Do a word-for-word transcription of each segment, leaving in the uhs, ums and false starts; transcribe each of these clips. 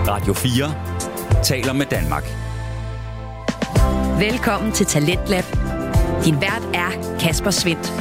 Radio fire taler med Danmark. Velkommen til Talentlab. Din vært er Kasper Svindt.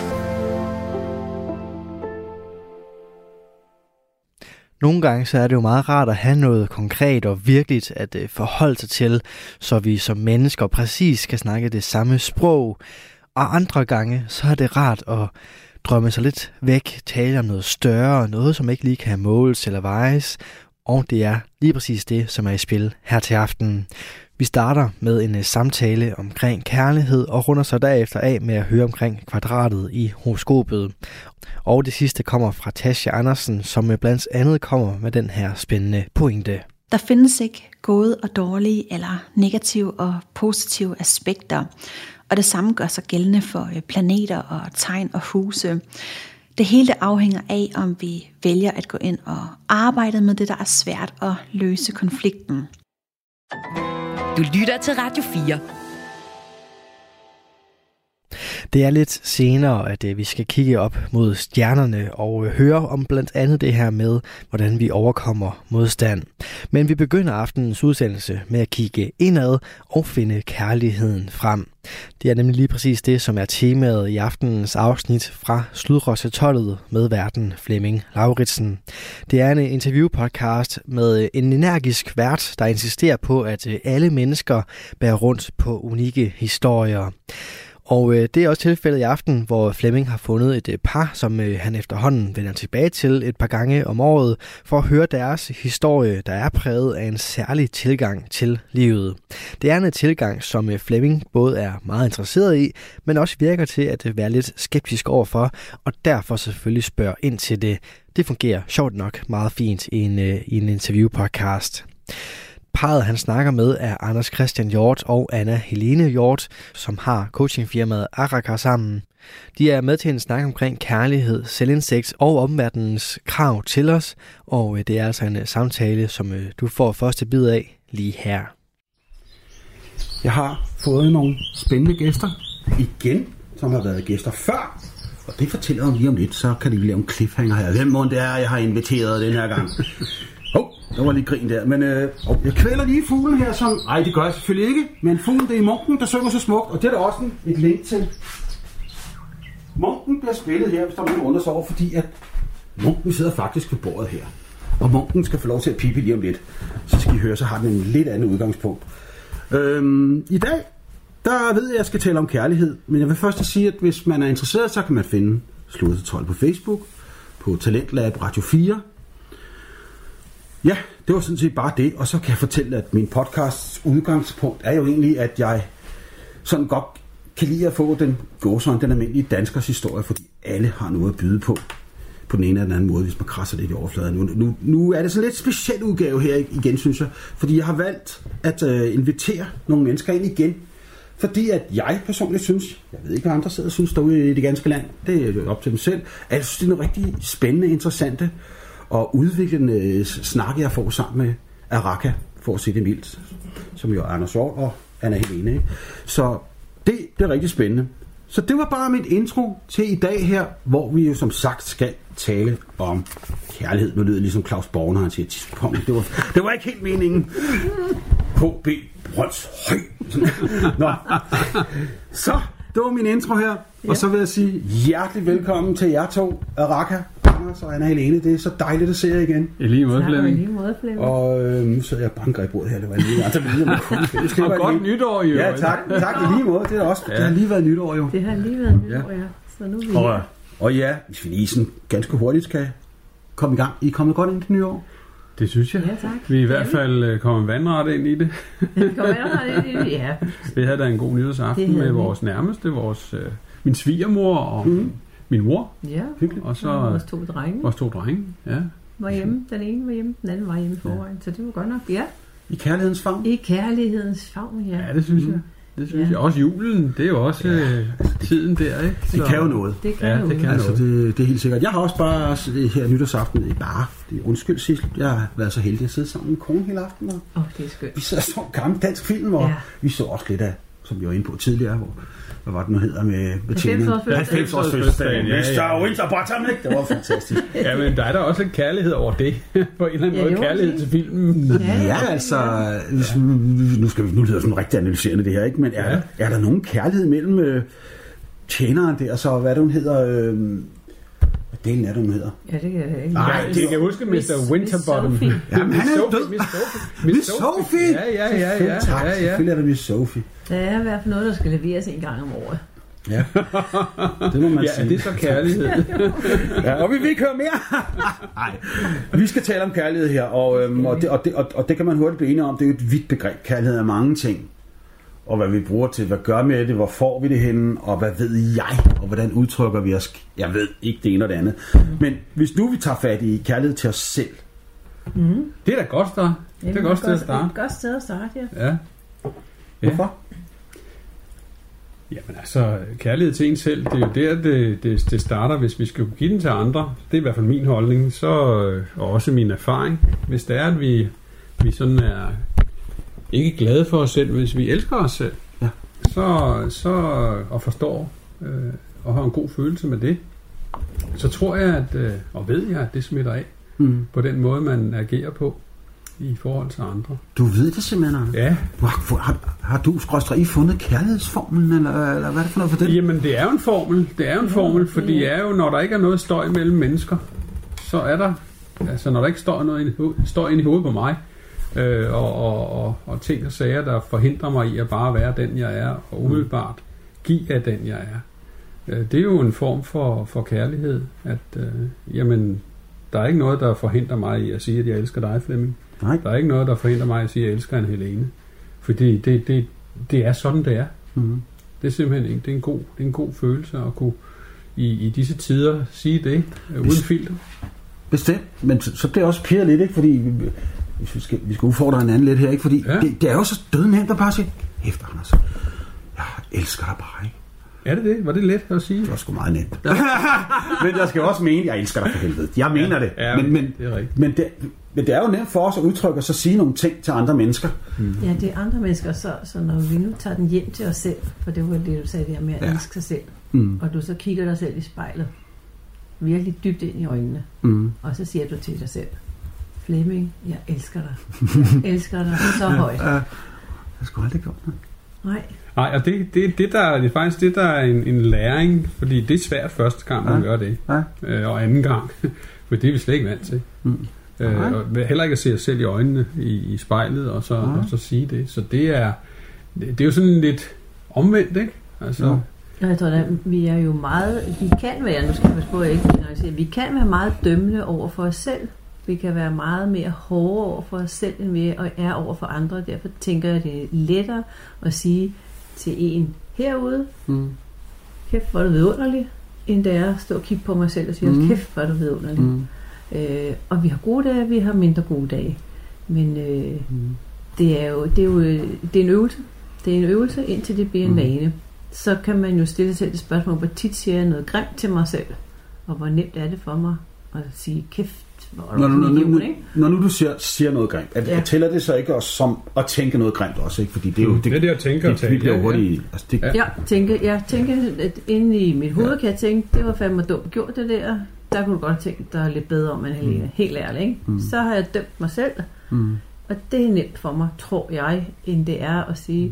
Nogle gange så er det jo meget rart at have noget konkret og virkeligt at øh, forholde sig til, så vi som mennesker præcis kan snakke det samme sprog. Og andre gange så er det rart at drømme sig lidt væk, tale om noget større, noget som ikke lige kan måles eller vejes. Og det er lige præcis det, som er i spil her til aften. Vi starter med en uh, samtale omkring kærlighed og runder så derefter af med at høre omkring kvadratet i horoskopet. Og det sidste kommer fra Tasha Andersen, som blandt andet kommer med den her spændende pointe. Der findes ikke gode og dårlige eller negative og positive aspekter. Og det samme gør sig gældende for planeter og tegn og huse. Det hele afhænger af, om vi vælger at gå ind og arbejde med det, der er svært at løse konflikten. Du lytter til Radio fire. Det er lidt senere, at vi skal kigge op mod stjernerne og høre om blandt andet det her med, hvordan vi overkommer modstand. Men vi begynder aftenens udsendelse med at kigge indad og finde kærligheden frem. Det er nemlig lige præcis det, som er temaet i aftenens afsnit fra Sludrossetollet med værten Flemming Lauritsen. Det er en interviewpodcast med en energisk vært, der insisterer på, at alle mennesker bærer rundt på unikke historier. Og øh, det er også tilfældet i aften, hvor Flemming har fundet et øh, par, som øh, han efterhånden vender tilbage til et par gange om året, for at høre deres historie, der er præget af en særlig tilgang til livet. Det er en tilgang, som øh, Flemming både er meget interesseret i, men også virker til at øh, være lidt skeptisk overfor, og derfor selvfølgelig spørger ind til det. Det fungerer sjovt nok meget fint i en, øh, i en interviewpodcast. Parret, han snakker med, er Anders Christian Hjort og Anna Helene Hjort, som har coachingfirmaet Araka sammen. De er med til en snak omkring kærlighed, selvindsigt og omverdenens krav til os, og det er altså en samtale, som du får første bid af lige her. Jeg har fået nogle spændende gæster igen, som har været gæster før, og det fortæller jeg lige om lidt, så kan de lave en cliffhanger her. Hvem må det er, jeg har inviteret den her gang? Hov, oh, der var lige grin der, men øh, oh, jeg kvæler lige fuglen her, som... Ej, det gør jeg selvfølgelig ikke, men fuglen, det er Munken, der synger så smukt, og det er der også en, et link til. Munken bliver spillet her, hvis der er nogen undrer sig over, fordi at Munken sidder faktisk ved bordet her. Og Munken skal få lov til at pipe lige om lidt. Så skal I høre, så har den en lidt andet udgangspunkt. Øhm, I dag, der ved jeg, at jeg skal tale om kærlighed, men jeg vil først sige, at hvis man er interesseret, så kan man finde Sludrossetollet på Facebook, på Talentlab Radio fire. Ja, det var sådan set bare det, og så kan jeg fortælle, at min podcasts udgangspunkt er jo egentlig, at jeg sådan godt kan lide at få den gåsøjne, den almindelige danskers historie, fordi alle har noget at byde på, på den ene eller den anden måde, hvis man krasser lidt i overfladen. Nu, nu, nu er det sådan lidt speciel udgave her igen, synes jeg, fordi jeg har valgt at øh, invitere nogle mennesker ind igen, fordi at jeg personligt synes, jeg ved ikke, hvad andre sidder og synes derude i det ganske land, det er jo op til dem selv, at jeg synes, det er nogle rigtig spændende, interessante og udviklende snakke, jeg får sammen med Araka, for at sige det mildt, som jo er Anders Hjort og Anna Helene. Ikke? Så det, det er rigtig spændende. Så det var bare mit intro til i dag her, hvor vi jo som sagt skal tale om kærlighed. Nu lyder det ligesom Claus Borgen, når han siger, det var, det var ikke helt meningen. K B Brøndshøj. Nå. Så, det var min intro her. Ja. Og så vil jeg sige hjertelig velkommen til jer to, Araka, Anders og Anna Helene. Det er så dejligt at se jer igen. I lige måde, Flemming. I lige måde, Flemming. Og øh, nu sidder jeg banker i bordet her. Det var lige altså, det var kunne. Og godt nytår, jo. Ja, tak. Tak i lige måde. Det, er også, ja. Det har lige været nytår, jo. Det har lige været nytår, ja. ja. Så nu vi... og, og ja, hvis vi lige sådan ganske hurtigt skal komme i gang. I er kommet godt ind til nytår? Det synes jeg. Ja, tak. Vi er i hvert fald kommet vandret ind i det. Vi kommer vandret ind i det, ja. Vi havde da en god nytårsaften med vores nærmeste, vores, øh, min svigermor og mm. min mor. Ja, hyggeligt. Og så vores to drenge. Vores to drenge, ja. Var hjemme. Den ene var hjemme, den anden var hjemme i forvejen. Ja. Så det var godt nok, ja. I kærlighedens favn? I kærlighedens favn, ja. Ja, det synes mm. jeg. Det synes ja. jeg. Også julen, det er jo også ja. øh, tiden der, ikke? Så, det kan jo noget. Det kan ja, noget. Det, kan altså, noget. Det, det er helt sikkert. Jeg har også bare her nytårsaften, bare, det er undskyld Sissel, jeg har været så heldig at sidde sammen med kone hele aftenen. Åh, oh, det er skønt. Vi sidder så en gammel dansk film, og ja. vi så også lidt af, som vi var inde på tidligere, hvor hvad var det nu hedder med, med halvfems års fødselsdagen. mister Winterbottom, ikke? Det var fantastisk. Ja, men der er der også en kærlighed over det. På en eller anden måde kærlighed til filmen. Ja, ja altså, hvis, nu skal vi nu lyder sådan rigtig analyserende det her, ikke? Men er, ja. der, er der nogen kærlighed mellem øh, tjeneren der, så hvad det hun hedder... Øh, hvad delen er det, hun hedder? Ja, det kan jeg ikke. Nej, det kan jeg huske mister Winterbottom. Jamen, han er jo død. Miss Sophie. Miss Sophie? Ja, ja, ja, ja. Tak, ja, ja. selvfølgelig er det Miss Sophie. Det er i hvert fald noget, der skal leveres en gang om året. Ja, det må man ja, sige. Ja, det er så kærlighed. Ja, og vi vil ikke høre mere. Nej, vi skal tale om kærlighed her, og, øhm, og, det, og, det, og, og det kan man hurtigt blive enige om. Det er jo et vidt begreb. Kærlighed er mange ting. Og hvad vi bruger til, hvad gør vi med det, hvor får vi det henne, og hvad ved jeg, og hvordan udtrykker vi os. Jeg ved ikke det ene og det andet. Mm. Men hvis nu vi tager fat i kærlighed til os selv. Mm. Det er da godt start. Det er et godt sted at starte. Et godt sted at starte, ja. Ja. Hvorfor? Jamen altså, kærlighed til en selv, det er jo der, det, det, det starter, hvis vi skal give den til andre. Det er i hvert fald min holdning, så, og også min erfaring. Hvis det er, at vi, vi sådan er ikke glade for os selv, hvis vi elsker os selv, ja. så, så, og forstår øh, og har en god følelse med det, så tror jeg, at, øh, og ved jeg, at det smitter af mm. på den måde, man agerer på i forhold til andre. Du ved det simpelthen, ja. Har, har, har du skråstrej fundet kærlighedsformelen, eller, eller hvad er det for noget for det? Jamen, det er jo en formel. Det er jo en formel, for det er jo, når der ikke er noget støj mellem mennesker, så er der, altså når der ikke står noget støj ind i hovedet på mig, øh, og, og, og, og ting og sager, der forhindrer mig i at bare være den, jeg er, og umiddelbart give af den, jeg er. Øh, det er jo en form for, for kærlighed, at øh, jamen, der er ikke noget, der forhindrer mig i at sige, at jeg elsker dig, Flemming. Nej. Der er ikke noget, der forhindrer mig at sige, at jeg elsker en Helene. Fordi det, det, det er sådan, det er. Mm-hmm. Det er simpelthen ikke. Det er en god, det er en god følelse at kunne i, i disse tider sige det uh, uden filter. Bestemt. Men så, så bliver det også pirret lidt, ikke? Fordi vi, vi, skal, vi skal udfordre hinanden lidt her, ikke? Fordi ja. det, det er jo så dødnemt at bare sige, efter Anders, jeg elsker dig bare, ikke? Er det det? Var det let at sige? Det var sgu meget nemt. Men jeg skal også mene, jeg elsker dig for helvede. Jeg mener ja, det. Ja, men, men, det er rigtigt. Men det, men det er jo nemt for os at udtrykke og så sige nogle ting til andre mennesker. Mm. Ja, det er andre mennesker, så, så når vi nu tager den hjem til os selv, for det var det, du sagde der med at ja. elske sig selv, mm. og du så kigger dig selv i spejlet, virkelig dybt ind i øjnene, mm. og så siger du til dig selv, Flemming, jeg elsker dig. Jeg elsker dig så højt. Jeg skulle aldrig gjort det. Nej. Nej, og det, det, det, der, det er faktisk det, der er en, en læring, fordi det er svært første gang, man ja. gør det, ja. øh, og anden gang, for det er vi slet ikke vant til. Mm. Øh, og heller ikke at se os selv i øjnene i, i spejlet, og så, ja. og så sige det. Så det er, det, det er jo sådan lidt omvendt, ikke? Altså, ja. Jeg tror, at vi er jo meget, vi kan være, nu skal jeg passe på, at jeg ikke generaliserer, vi kan være meget dømmende over for os selv. Vi kan være meget mere hårde over for os selv, end vi er over for andre. Derfor tænker jeg, det er lettere at sige til en herude, mm. kæft, hvor er du vidunderlig, end det er at stå og kigge på mig selv og sige, mm. kæft, hvor er du vidunderlig. Mm. Øh, og vi har gode dage, vi har mindre gode dage. Men øh, mm. det, er jo, det er jo det er en øvelse. Det er en øvelse, indtil det bliver en vane. Mm. Så kan man jo stille sig selv et spørgsmål, hvor tit siger jeg noget grimt til mig selv, og hvor nemt er det for mig at sige, kæft, Når, når, når, når, når nu du siger, siger noget grimt, at, ja. tæller det så ikke også som at tænke noget grimt også, ikke? Fordi det er jo... Det, det er det, jeg tænker det, det, det, det hurtigt, altså det, ja. Jeg tænker, jeg tænker at inde i mit hoved, ja. kan jeg tænke, det var fandme dumt gjort det der. Der kunne du godt tænke, der er lidt bedre om en Helene. Mm. Helt ærligt, ikke? Mm. Så har jeg dømt mig selv, mm. og det er nemt for mig, tror jeg, end det er at sige, mm.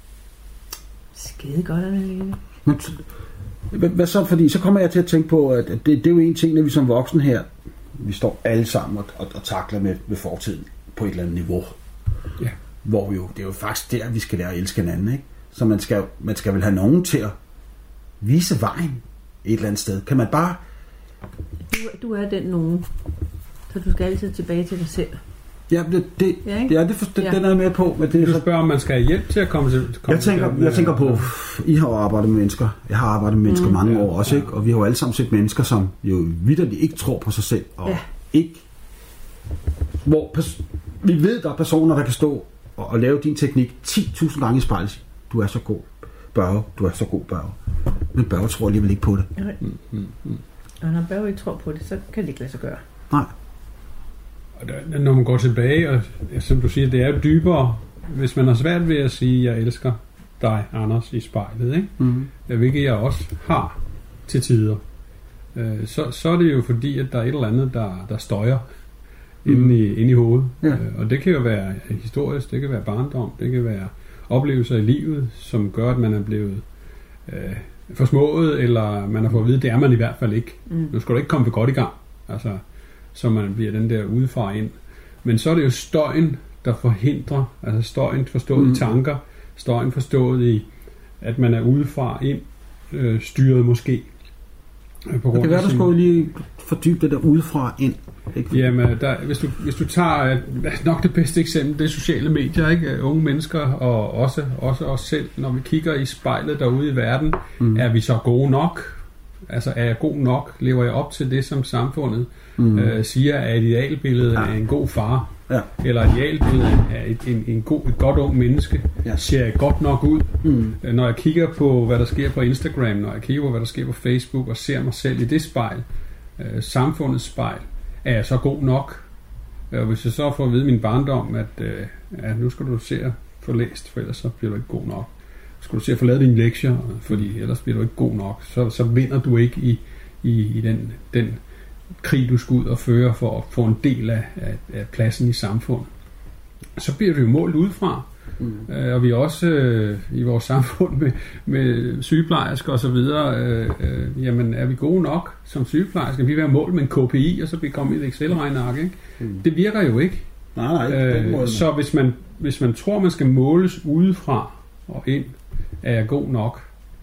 skide godt, Helene. Men, hvad så? Fordi så kommer jeg til at tænke på, at det, det er jo en ting, når vi som voksne her, vi står alle sammen og, og, og takler med, med fortiden på et eller andet niveau. Ja. Hvor vi jo, det er jo faktisk der, vi skal lære at elske hinanden, ikke? Så man skal, man skal vel have nogen til at vise vejen et eller andet sted. Kan man bare... Du, du er den nogen, så du skal altid tilbage til dig selv. Ja, det, det, ja, ja, det, for, det ja. den er jeg med på. Men det, du spørger, om man skal have hjælp til at komme til... Komme jeg, tænker, til jeg tænker på, I har jo arbejdet med mennesker. Jeg har arbejdet med mennesker mm. mange år også, ikke? Og vi har jo alle sammen set mennesker, som jo vitterligt ikke tror på sig selv. Og ja. ikke... Hvor pers- vi ved, der er personer, der kan stå og, og lave din teknik ti tusind gange i spejlet. Du er så god, Børge. Du er så god, Børge. Men Børge tror alligevel ikke på det. Okay. Mm, mm, mm. Og når Børge ikke tror på det, så kan det ikke lade sig gøre. Nej. Når man går tilbage, og som du siger, det er jo dybere. Hvis man har svært ved at sige, jeg elsker dig, Anders, i spejlet, ikke? Mm. Hvilket jeg også har til tider. Øh, så, så er det jo fordi, at der er et eller andet, der, der støjer mm. inde, i, inde i hovedet. Ja. Øh, og det kan jo være historisk, det kan være barndom, det kan være oplevelser i livet, som gør, at man er blevet øh, forsmået, eller man har fået at vide, det er man i hvert fald ikke. Mm. Nu skal du ikke komme for godt i gang. Altså, så man bliver den der udefra ind. Men så er det jo støjen, der forhindrer, altså støjen forstået mm. i tanker, støjen forstået i, at man er udefra ind, øh, styret måske. Øh, på grund det kan være, sin... du skulle lige fordybe det der udefra ind. Ikke? Jamen, der, hvis, du, hvis du tager nok det bedste eksempel, det er sociale medier, ikke? Unge mennesker, og også, også os selv, når vi kigger i spejlet derude i verden, mm. er vi så gode nok? Altså, er jeg god nok? Lever jeg op til det, som samfundet mm. øh, siger, er et idealbillede ja. af en god far? Ja. Eller et idealbillede af et, en, en god, et godt ung menneske? Ja. Ser jeg godt nok ud? Mm. Når jeg kigger på, hvad der sker på Instagram, når jeg kigger på, hvad der sker på Facebook, og ser mig selv i det spejl, øh, samfundets spejl, er jeg så god nok? Og hvis jeg så får at vide min barndom, at, øh, at nu skal du se at få læst, for ellers så bliver du ikke god nok. Skal du se at få lavet dine lektier, fordi ellers bliver du ikke god nok. Så, så vinder du ikke i, i, i den, den krig, du skal ud og føre for at få en del af, af, af pladsen i samfundet. Så bliver du jo målt udefra. Mm. Øh, og vi er også øh, i vores samfund med, med sygeplejersker og så videre, øh, øh, jamen er vi gode nok som sygeplejersker? Vi vil have mål med en K P I, og så bliver kommet i et Excel-regneark, ikke? Mm. Det virker jo ikke. Nej, nej, øh, så hvis man, hvis man tror, man skal måles udefra og ind, er jeg god nok?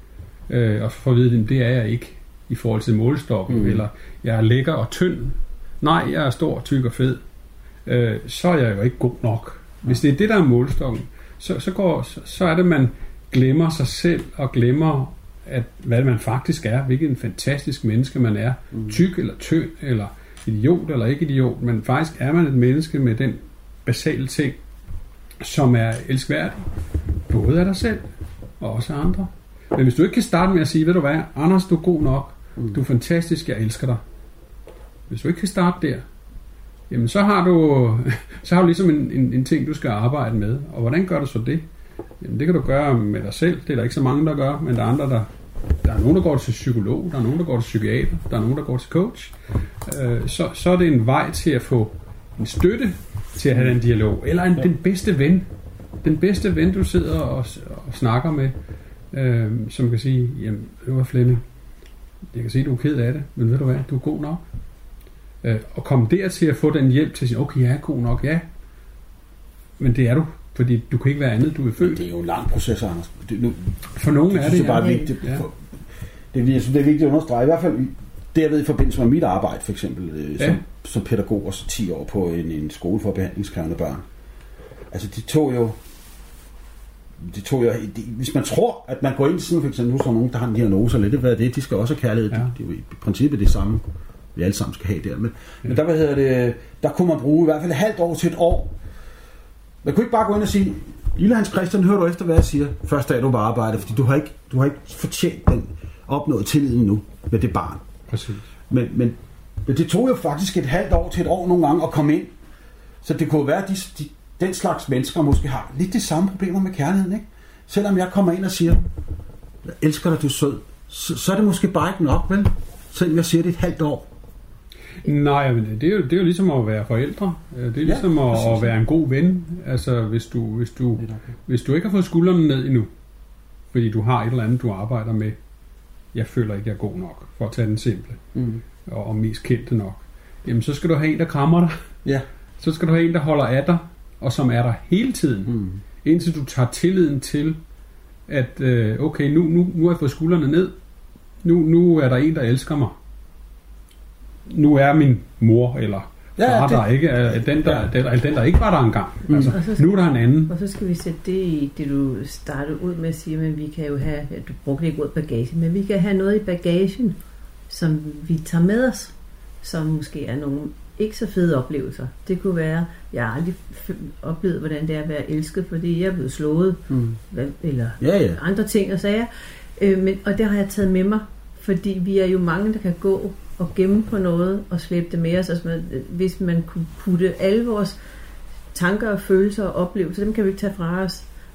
Øh, og for at vide, det er jeg ikke i forhold til målestokken, mm. eller jeg er lækker og tynd. Nej, jeg er stor, tyk og fed. Øh, så er jeg jo ikke god nok. Hvis det er det, der er målestokken, så, så, går, så, så er det, man glemmer sig selv og glemmer, at, hvad man faktisk er, hvilket en fantastisk menneske man er. Mm. Tyk eller tynd, eller idiot eller ikke idiot, men faktisk er man et menneske med den basale ting, som er elskværdig, både af dig selv og også af andre. Men hvis du ikke kan starte med at sige, ved du hvad, Anders, du er god nok, mm. du er fantastisk, jeg elsker dig. Hvis du ikke kan starte der, jamen så har du, så har du ligesom en, en, en ting, du skal arbejde med. Og hvordan gør du så det? Jamen det kan du gøre med dig selv. Det er der ikke så mange, der gør, men der er andre, der... Der er nogen, der går til psykolog, der er nogen, der går til psykiater, der er nogen, der går til coach. Øh, så, så er det en vej til at få en støtte til at have den dialog. Eller en, den bedste ven. Den bedste ven, du sidder og, og snakker med, øh, som kan sige, jamen, det var Flemming. Jeg kan sige, du er ked af det, men ved du hvad, du er god nok. Øh, og komme der til at få den hjælp til at sige, okay, jeg er god nok, ja. Men det er du, fordi du kan ikke være andet, du er født. Det er jo en lang proces, Anders. Det, nu, for nogen det, er det, det er bare vigtigt. Ja. For, det, jeg synes, det er vigtigt at understrege. I hvert fald det, jeg ved i forbindelse med mit arbejde, for eksempel, ja. som, som pædagog og så ti år på en, en skole for behandlingskrævende børn. Altså, de tog jo... De tog jo de, hvis man tror, at man går ind sådan, for eksempel, nu så nogen, der har en diagnose, eller det, hvad er det, de skal også have kærlighed. Ja. Det, det er jo i princippet det samme, vi alle sammen skal have der. Men, ja. men der, hvad hedder det, der kunne man bruge i hvert fald et halvt år til et år. Man kunne ikke bare gå ind og sige, lille Hans Christian, hører du efter, hvad jeg siger, første dag du var arbejde, fordi du har ikke, du har ikke fortjent den opnået tilliden nu med det barn. Præcis. Men, men, men det tog jo faktisk et halvt år til et år nogle gange at komme ind. Så det kunne være, at de, de, den slags mennesker måske har lidt de samme problemer med kærligheden, ikke? Selvom jeg kommer ind og siger, jeg elsker dig, du er sød, så, så er det måske bare ikke nok, vel? Selvom jeg siger det et halvt år. Nej, men det er, jo, det er jo ligesom at være forældre. Det er ligesom ja, at, at være en god ven. Altså, hvis du, hvis, du, okay. hvis du ikke har fået skuldrene ned endnu, fordi du har et eller andet, du arbejder med, jeg føler ikke, jeg er god nok, for at tage den simple, mm. og, og mest kendte nok, jamen så skal du have en, der krammer dig. Ja. Så skal du have en, der holder af dig, og som er der hele tiden, mm. indtil du tager tilliden til, at øh, okay, nu, nu, nu har jeg fået skuldrene ned, nu, nu er der en, der elsker mig. Nu er min mor eller far ja, det, der ikke er den der, ja. den, den der ikke var der engang. Mm. Altså, skal, nu er der en anden. Og så skal vi sætte det i det du startede ud med at sige, men vi kan jo have, du brugte ikke ordet bagage, men vi kan have noget i bagagen, som vi tager med os, som måske er nogle ikke så fede oplevelser. Det kunne være, jeg har aldrig oplevet, hvordan det er at være elsket, fordi jeg er blevet slået, mm. eller ja, ja. andre ting og sager. Øh, men, og det har jeg taget med mig, fordi vi er jo mange, der kan gå og gemme på noget og slæbe det med os. Altså, hvis man kunne putte alle vores tanker og følelser og oplevelser, dem kan vi ikke tage fra os.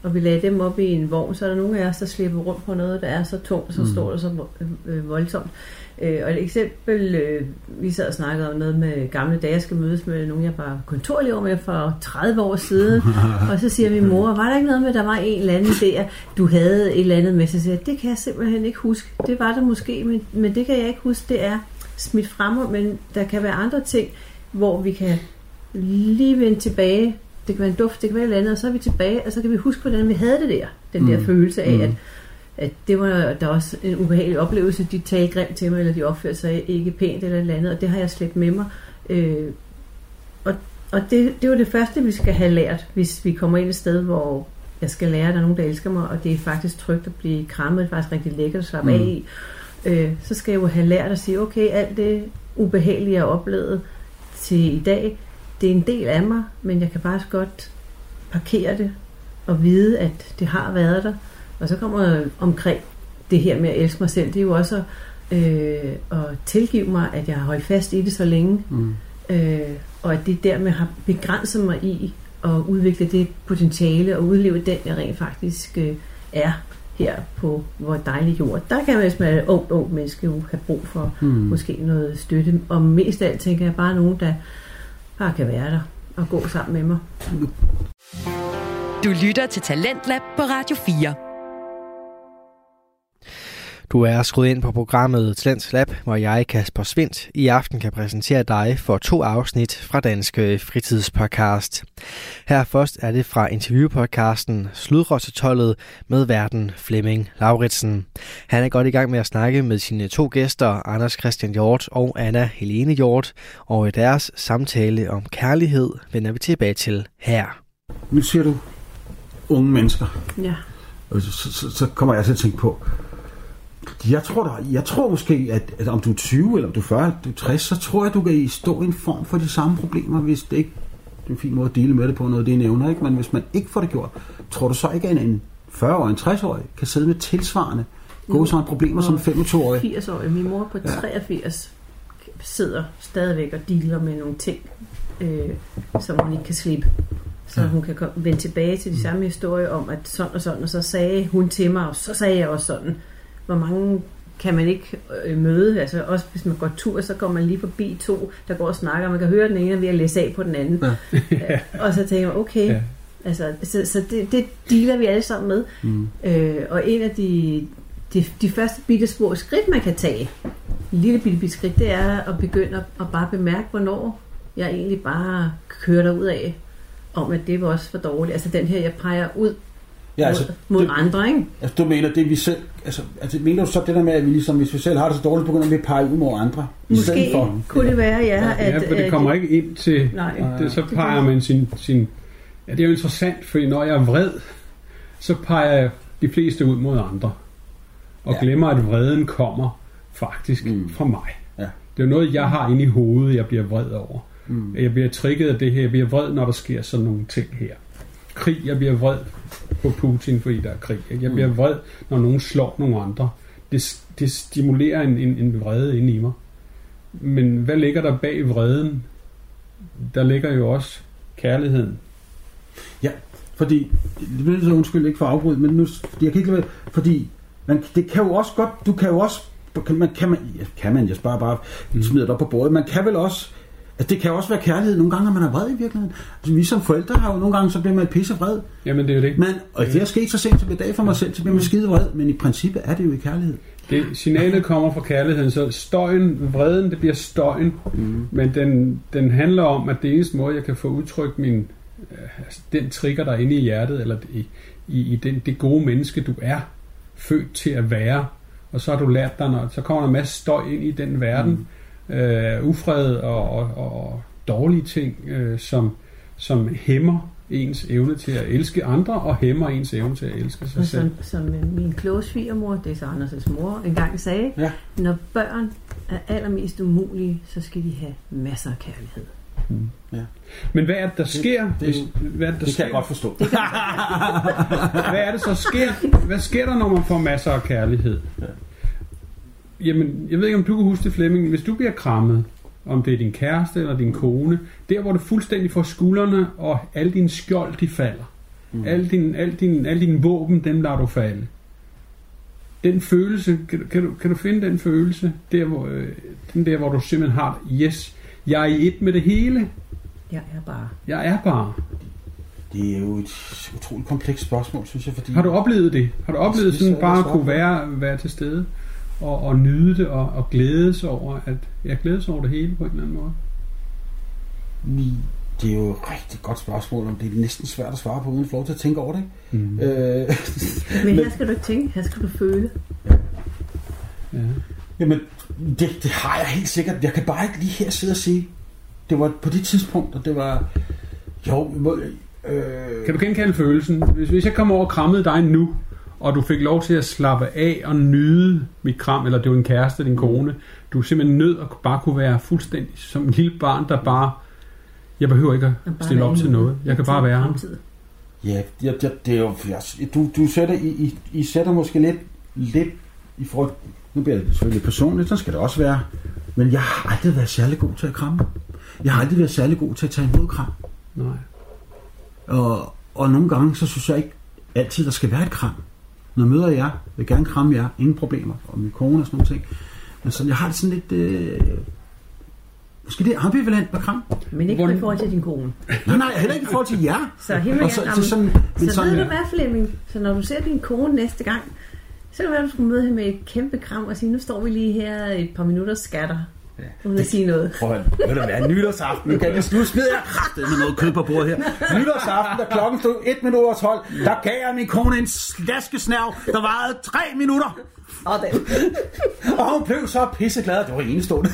og vi lagde dem op i en vogn, så er der nogle af os, der slipper rundt på noget, der er så tungt, så mm. står der så øh, voldsomt. Øh, og et eksempel, øh, vi sad og snakkede om noget med gamle dage, jeg skal mødes med nogen, jeg var kontorelever med for tredive år siden, og så siger min mor, var der ikke noget med, der var en eller anden der, du havde et eller andet med, så siger jeg, det kan jeg simpelthen ikke huske. Det var der måske, men, men det kan jeg ikke huske, det er smidt frem, men der kan være andre ting, hvor vi kan lige vende tilbage. Det kan være en duft, det kan være et eller andet, og så er vi tilbage, og så kan vi huske, hvordan vi havde det der. Den mm. der følelse af, mm. at, at det var der også en ubehagelig oplevelse. De talte grimt til mig, eller de opførte sig ikke pænt eller et eller andet, og det har jeg slæbt med mig. Øh, og og det, det var det første, vi skal have lært, hvis vi kommer ind et sted, hvor jeg skal lære, at der er nogen, der elsker mig, og det er faktisk trygt at blive krammet, det er faktisk rigtig lækkert at slappe mm. af i. Øh, så skal jeg jo have lært at sige, okay, alt det ubehagelige, jeg har oplevet til i dag, det er en del af mig, men jeg kan faktisk godt parkere det og vide, at det har været der. Og så kommer jeg omkring det her med at elske mig selv. Det er jo også øh, at tilgive mig, at jeg har holdt fast i det så længe. Mm. Øh, og at det dermed har begrænset mig i at udvikle det potentiale og udleve den, jeg rent faktisk øh, er her på vores dejlige jord. Der kan man, hvis man er et ungt, ungt menneske, jo have brug for mm. måske noget støtte. Og mest af alt tænker jeg bare nogen, der bare kan være der og gå sammen med mig. Du lytter til Talentlab på Radio fire. Du er skruet ind på programmet Talentlab, hvor jeg, Kasper Svindt, i aften kan præsentere dig for to afsnit fra Danske Fritidspodcast. Her først er det fra interviewpodcasten Sludrottetollet med værten Flemming Lauritsen. Han er godt i gang med at snakke med sine to gæster, Anders Christian Hjort og Anna Helene Hjort, og i deres samtale om kærlighed vender vi tilbage til her. Nu siger du unge mennesker. Ja. Og så, så, så kommer jeg til at tænke på, Jeg tror, der, jeg tror måske, at, at om du er tyve, eller om du er fyrre, eller du er tres, så tror jeg, du kan stå i en form for de samme problemer, hvis det ikke, det er en fin måde at dele med det på, noget det nævner, ikke? Men hvis man ikke får det gjort, tror du så ikke, at en fyrre-årig, en tres-årig kan sidde med tilsvarende gå sådan problemer som femogtyve-årig? firs-årig. Min mor på treogfirs ja. sidder stadigvæk og dealer med nogle ting, øh, som hun ikke kan slippe. Så ja. hun kan komme, vende tilbage til de samme historier om, at sådan og sådan, og så sagde hun til mig, og så sagde jeg også sådan. Hvor mange kan man ikke øh, møde? Altså også hvis man går tur, så går man lige forbi to, der går og snakker, og man kan høre den ene ved at læse af på den anden. Ja. Ja. Og så tænker man, okay, ja. altså, så, så det, det dealer vi alle sammen med. Mm. Øh, og en af de, de, de første bitte små skridt, man kan tage, en lille bitte, bitte skridt, det er at begynde at, at bare bemærke, hvornår jeg egentlig bare kører derud af, om at det var også for dårligt. Altså den her, jeg peger ud, ja, altså, mod, mod det, andre, ikke? Altså, du mener, det vi selv... Altså, altså, mener du så det der med, at vi ligesom, hvis vi selv har det så dårligt, begynder vi at pege ud mod andre? Måske for, kunne ja. det være, ja. Ja, at, for det kommer at, ikke ind til... Nej, det, så peger man sin, sin... Ja, det er jo interessant, fordi når jeg er vred, så peger jeg de fleste ud mod andre. Og ja. glemmer, at vreden kommer faktisk mm. fra mig. Ja. Det er jo noget, jeg har inde i hovedet, jeg bliver vred over. Mm. Jeg bliver trigget af det her. Jeg bliver vred, når der sker sådan nogle ting her. Krig, jeg bliver vred på Putin, fordi der er krig. Jeg bliver vred, når nogen slår nogle andre. Det, det stimulerer en, en, en vrede inde i mig. Men hvad ligger der bag vreden? Der ligger jo også kærligheden. Ja, fordi, det bliver så undskyld ikke for afbryde, men nu, jeg kan ikke lade, fordi man, det kan jo også godt, du kan jo også, kan man, kan man, kan man jeg bare bare smider det op på bordet, man kan vel også, altså det kan også være kærlighed nogle gange, når man er vred i virkeligheden. Altså, vi som forældre har jo nogle gange, så bliver man pisse vred. Jamen det er jo det. Men, og det er sket så sent som i dag for mig selv, så bliver man skide vred, men i princippet er det jo i kærlighed. Det, signalet kommer fra kærligheden, så støjen, vreden, det bliver støjen, mm. men den, den handler om, at det eneste måde, jeg kan få udtrykt min, altså, den trigger der inde i hjertet, eller i, i, i den, det gode menneske, du er født til at være, og så har du lært dig, når, så kommer der en masse støj ind i den verden, mm. øh, ufred og, og, og dårlige ting, øh, som, som hæmmer ens evne til at elske andre, og hæmmer ens evne til at elske sig selv. Som, som min kloge svigermor, det er så Anders' mor, engang sagde, ja. Når børn er allermest umulige, så skal de have masser af kærlighed. Hmm. Ja. Men hvad er det, der sker? Det, det, hvis, hvad er det, der det sker? kan jeg godt forstå. Hvad er det så sker? Hvad sker der, når man får masser af kærlighed? Ja. Jamen, jeg ved ikke, om du kan huske det, Flemming. Hvis du bliver krammet, om det er din kæreste eller din kone, der hvor du fuldstændig får skuldrene, og alle dine skjold, de falder. Mm. Alle dine al din, al din våben, dem lader du falde. Den følelse, kan du, kan du, kan du finde den følelse, der hvor, øh, den der, hvor du simpelthen har, yes, jeg er i et med det hele. Jeg er bare. Jeg er bare. Det er jo et utroligt komplekst spørgsmål, synes jeg. Fordi har du oplevet det? Har du oplevet det, sådan det bare at kunne være, være til stede og, og nyde det og, og glædes over, at jeg glædes over det hele på en eller anden måde? Det er jo et rigtig godt spørgsmål, om det er næsten svært at svare på, uden at få lov til at tænke over det. Mm. Øh, Men her skal du ikke tænke, her skal du føle. Ja. Ja. Jamen, det, det har jeg helt sikkert. Jeg kan bare ikke lige her sidde og sige, det var på det tidspunkt, og det var... Jo, øh, kan du genkalde følelsen? Hvis, hvis jeg kommer over og krammede dig nu, og du fik lov til at slappe af og nyde mit kram, eller det var en kæreste, din kone, du er simpelthen nødt at bare kunne være fuldstændig som en lille barn, der bare... Jeg behøver ikke at stille op til noget. Jeg kan bare være ham. Ja, det, det, det er jo... Du, du sætter, I, I, I sætter måske lidt, lidt i forhold... Nu bliver det selvfølgelig personligt, så skal det også være. Men jeg har aldrig været særlig god til at kramme. Jeg har aldrig været særlig god til at tage imod kram. Nej. Og, og nogle gange, så synes jeg ikke altid, der skal være et kram. Når jeg møder jer, vil jeg gerne kramme jer. Ingen problemer. Og min kone og sådan nogle ting. Men så jeg har det sådan lidt... Øh, måske det er ambivalent med kram. Men ikke i forhold til din kone. Nej, nej, heller ikke i forhold til jer. Så himmel, så, så, så, sådan, så sådan, ved du hvad, Flemming? Så når du ser din kone næste gang, så kan det være, at du skulle møde hende med et kæmpe kram og sige, nu står vi lige her et par minutter skatter. Ja, uden at sige noget. Prøv at ved du hvad, nytårsaften. Nu, kan, nu smider jeg kraftet med noget kød på bordet her. Nytårsaften, da klokken stod et minut over tolv, der gav jeg min kone en slaskesnærv, der varede tre minutter. Og, den. og hun blev så pisseglad. Det var enestående.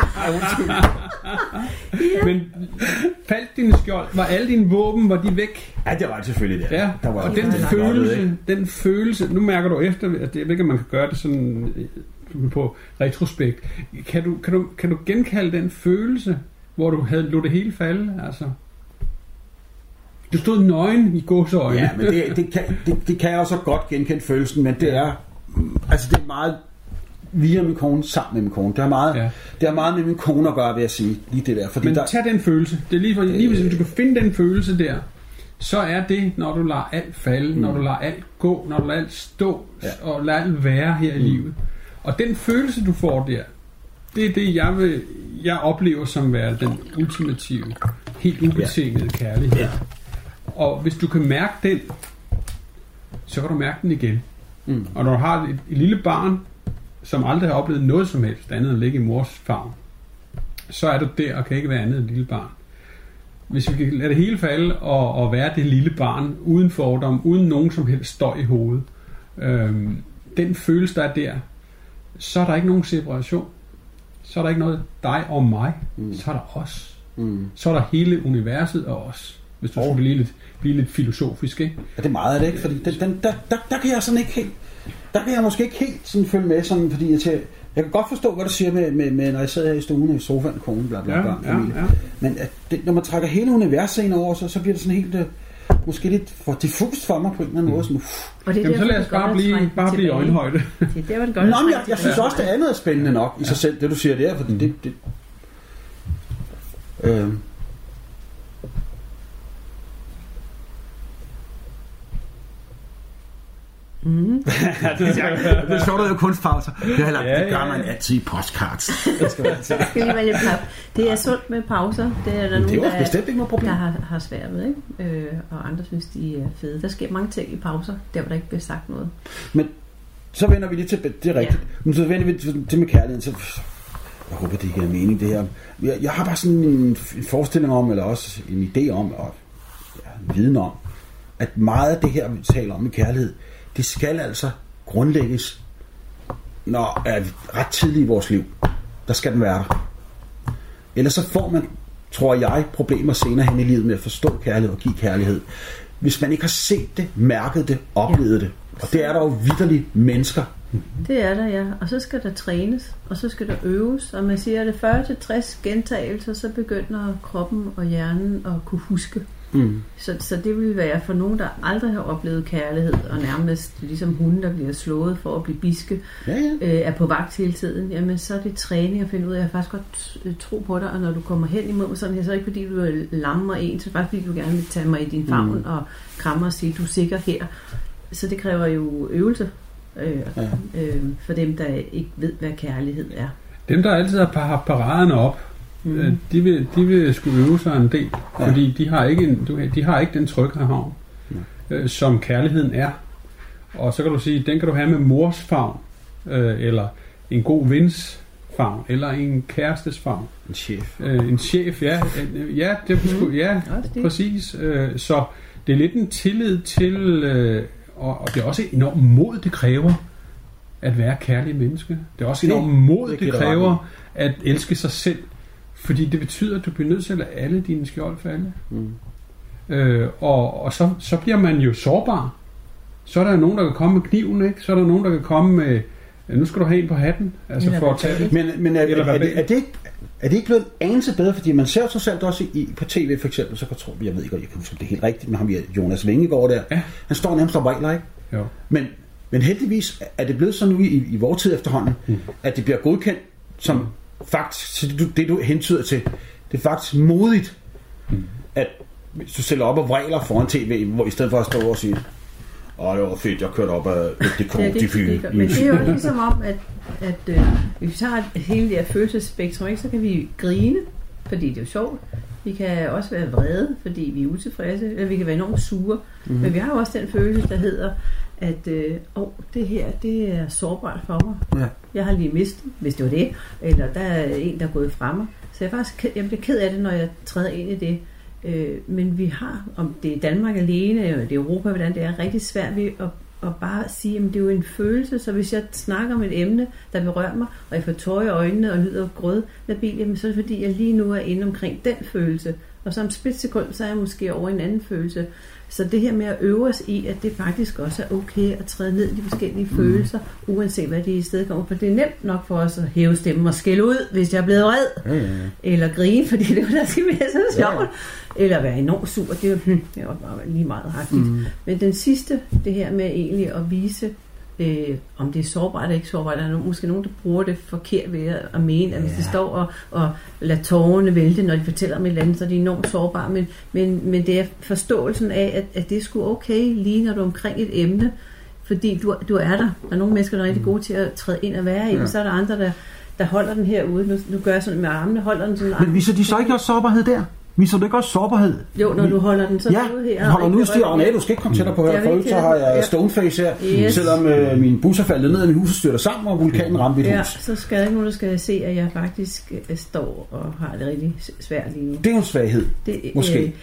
Ja. Men faldt din skjold? Var alle dine våben, var de væk? Ja, det var det selvfølgelig der. Ja, der var og den følelse, den følelse, nu mærker du efter, at jeg ved ikke, om man kan gøre det sådan på retrospekt. Kan du, kan du, kan du genkalde den følelse, hvor du havde lod det hele falde? Altså, du stod nøgen i gåseøjne. Ja, men det, det, kan, det, det kan jeg også godt genkende følelsen, men det er, altså det er meget via min kone, sammen med min kone. Det har meget, ja. det har meget med min kone at gøre, vil jeg sige, lige det der. Fordi men der, tag den følelse. Det er lige, for, lige hvis du kan finde den følelse der, så er det, når du lader alt falde, mm. når du lader alt gå, når du lader alt stå, ja. og lader alt være her i mm. livet. Og den følelse, du får der, det er det, jeg, vil, jeg oplever som være den ultimative, helt ubetingede ja. kærlighed. Ja. Og hvis du kan mærke den, så kan du mærke den igen. Mm. Og når du har et, et lille barn, som aldrig har oplevet noget som helst andet end at ligge i mors favn, så er du der og kan ikke være andet end et lille barn. Hvis vi kan lade det hele falde og, og være det lille barn, uden fordom, uden nogen som helst støj i hovedet, øhm, den følelse, der er der, så er der ikke nogen separation. Så er der ikke noget dig og mig. Mm. Så er der os. Mm. Så er der hele universet og os. Hvis du oh. skulle blive lidt, blive lidt filosofisk, ikke? Ja, det er meget af det, ikke? Fordi den, den, der, der, der kan jeg sådan ikke helt... Der kan jeg måske ikke helt sådan følge med, sådan, fordi jeg, til, jeg kan godt forstå, hvad du siger med, med, med når jeg sidder her i stuen i sofaen og kone, bla bla ja, bla, familie. Ja, ja. Men at det, når man trækker hele universet ind over, så, så bliver det sådan helt... måske lidt for diffust for mig på en eller anden måde. Sådan, og det er jamen, så lad os bare blive, bare blive i øjenhøjde. Det er der, man godt Nå, men jeg, jeg synes også, det andet er spændende nok i sig selv, det du siger der, fordi det... det øh, Mm. det, er, det er sjovt, at det er kunstpauser. Det, er, ja, det gør man altid i postcards. Det skal man skal lige være lidt klap. Det er sundt med pauser. Det er der nogen, det er der, bestemt ikke noget problem. der har, har svært ved, ikke? Øh, og andre synes, de er fede. Der sker mange ting i pauser, der hvor der ikke bliver sagt noget. Men så vender vi lige til, det er rigtigt. Ja. Men så vender vi til, til med kærligheden. Så, jeg håber, det ikke er mening, det her. Jeg, jeg har bare sådan en, en forestilling om, eller også en idé om, og ja, en viden om, at meget af det her, vi taler om i kærlighed, det skal altså grundlægges, når er ret tidligt i vores liv. Der skal den være der. Ellers så får man, tror jeg, problemer senere hen i livet med at forstå kærlighed og give kærlighed. Hvis man ikke har set det, mærket det, oplevet ja. det. Og det er der jo vitterligt mennesker, Det er der, ja. Og så skal der trænes, og så skal der øves. Og man siger, at det fyrre til tres gentagelser, så begynder kroppen og hjernen at kunne huske. Mm. Så, så det vil være for nogen, der aldrig har oplevet kærlighed, og nærmest ligesom hunde, der bliver slået for at blive biske, ja, ja. Øh, er på vagt hele tiden. Jamen, så er det træning at finde ud af, at jeg faktisk godt tro på dig, og når du kommer hen imod mig sådan her, så er det ikke fordi, du lammer en, så er det faktisk fordi, du gerne vil tage mig i din favn mm. og kramme og sige, du er sikker her. Så det kræver jo øvelse øh, ja. øh, for dem, der ikke ved, hvad kærlighed er. Dem, der altid har paraderne op, mm. de, vil, de vil skulle øve sig en del, ja. Fordi de har ikke, en, de har ikke den trygge havn, ja. øh, som kærligheden er. Og så kan du sige, den kan du have med mors favn, øh, eller en god vens favn, eller en kærestes favn. En chef. Øh, en chef, ja. Øh, ja, det, mm. ja det. Præcis. Øh, så det er lidt en tillid til, øh, og, og det er også enormt mod, det kræver at være kærlig menneske. Det er også enormt mod, det, det kræver at elske sig selv. Fordi det betyder, at du bliver nødt til at lade alle dine skjold falde. Mm. Øh, og og så, så bliver man jo sårbar. Så er der nogen, der kan komme med kniven, ikke? Så er der nogen, der kan komme med, nu skal du have en på hatten, altså for at tage det. Men, men er, er, er, det, er, det ikke, er det ikke blevet en anelse bedre, fordi man ser sig selv også i, på tv for eksempel, så kan jeg tro, jeg ved ikke, jeg kan huske, det er helt rigtigt, men ham Jonas Vingegaard der, ja. Han står nærmest og regler, ikke? Jo. Men, men heldigvis er det blevet så nu i, i vores tid efterhånden, mm. at det bliver godkendt som mm. faktisk, det du, det du hentyder til, det er faktisk modigt, mm. at hvis du stiller op og vræler foran tv, hvor i stedet for at stå og sige, åh, det var fedt, jeg kørte op af det kort, de fyre. Men det er jo ligesom om, at, at øh, hvis vi tager hele det her følelsesspektrum, så kan vi grine, fordi det er jo sjovt. Vi kan også være vrede, fordi vi er utilfredse, eller vi kan være enormt sure. Mm-hmm. Men vi har jo også den følelse, der hedder, at øh, åh, det her, det er sårbart for mig. Ja. Jeg har lige mistet, hvis det var det, eller der er en, der er gået fra mig. Så jeg er faktisk jeg bliver ked af det, når jeg træder ind i det. Øh, men vi har, om det er Danmark alene, eller det er Europa, hvordan det er, rigtig svært ved at, at bare sige, at det er jo en følelse. Så hvis jeg snakker om et emne, der berører mig, og jeg får tårer i øjnene og lyder grød med bil, så er det fordi, jeg lige nu er inde omkring den følelse. Og så om splitsekund, så er jeg måske over en anden følelse. Så det her med at øve os i, at det faktisk også er okay at træde ned i de forskellige mm. følelser, uanset hvad de i stedet kommer. For det er nemt nok for os at hæve stemmen og skælde ud, hvis jeg er blevet vred. Ja, ja, ja. Eller grine, fordi det er der skal være så sjovt. Ja. Eller være enormt sur. Det er jo, hm, det er jo bare lige meget rigtigt. Mm. Men den sidste, det her med egentlig at vise, Øh, om det er sårbart eller ikke sårbart. Der er måske nogen, der bruger det forkert ved at mene, at hvis de står og, og lader tårerne vælte, når de fortæller om et eller andet, så er de enormt sårbare. Men, men, men det er forståelsen af, at, at det er sgu okay, lige når du er omkring et emne, fordi du, du er der. Der er nogle mennesker, der er rigtig gode til at træde ind og være i, ja. Og så er der andre, der, der holder den herude. Nu, nu gør jeg sådan med armene, holder den sådan. Men viser de så ikke også sårbarhed der? Viser du ikke også sårbarhed? Jo, når du holder den så ja, ude her. Ja, holder nu stiger og du skal ikke komme tættere på her, for øvrigt så har jeg stoneface her, yes. Selvom øh, min bus er faldet ned, og min hus styrter sammen, og vulkanen ramte mit ja, hus. Så skal der ikke nogen, der skal se, at jeg faktisk øh, står og har det rigtig svært lige nu. Det er jo en svaghed, det, måske. Øh,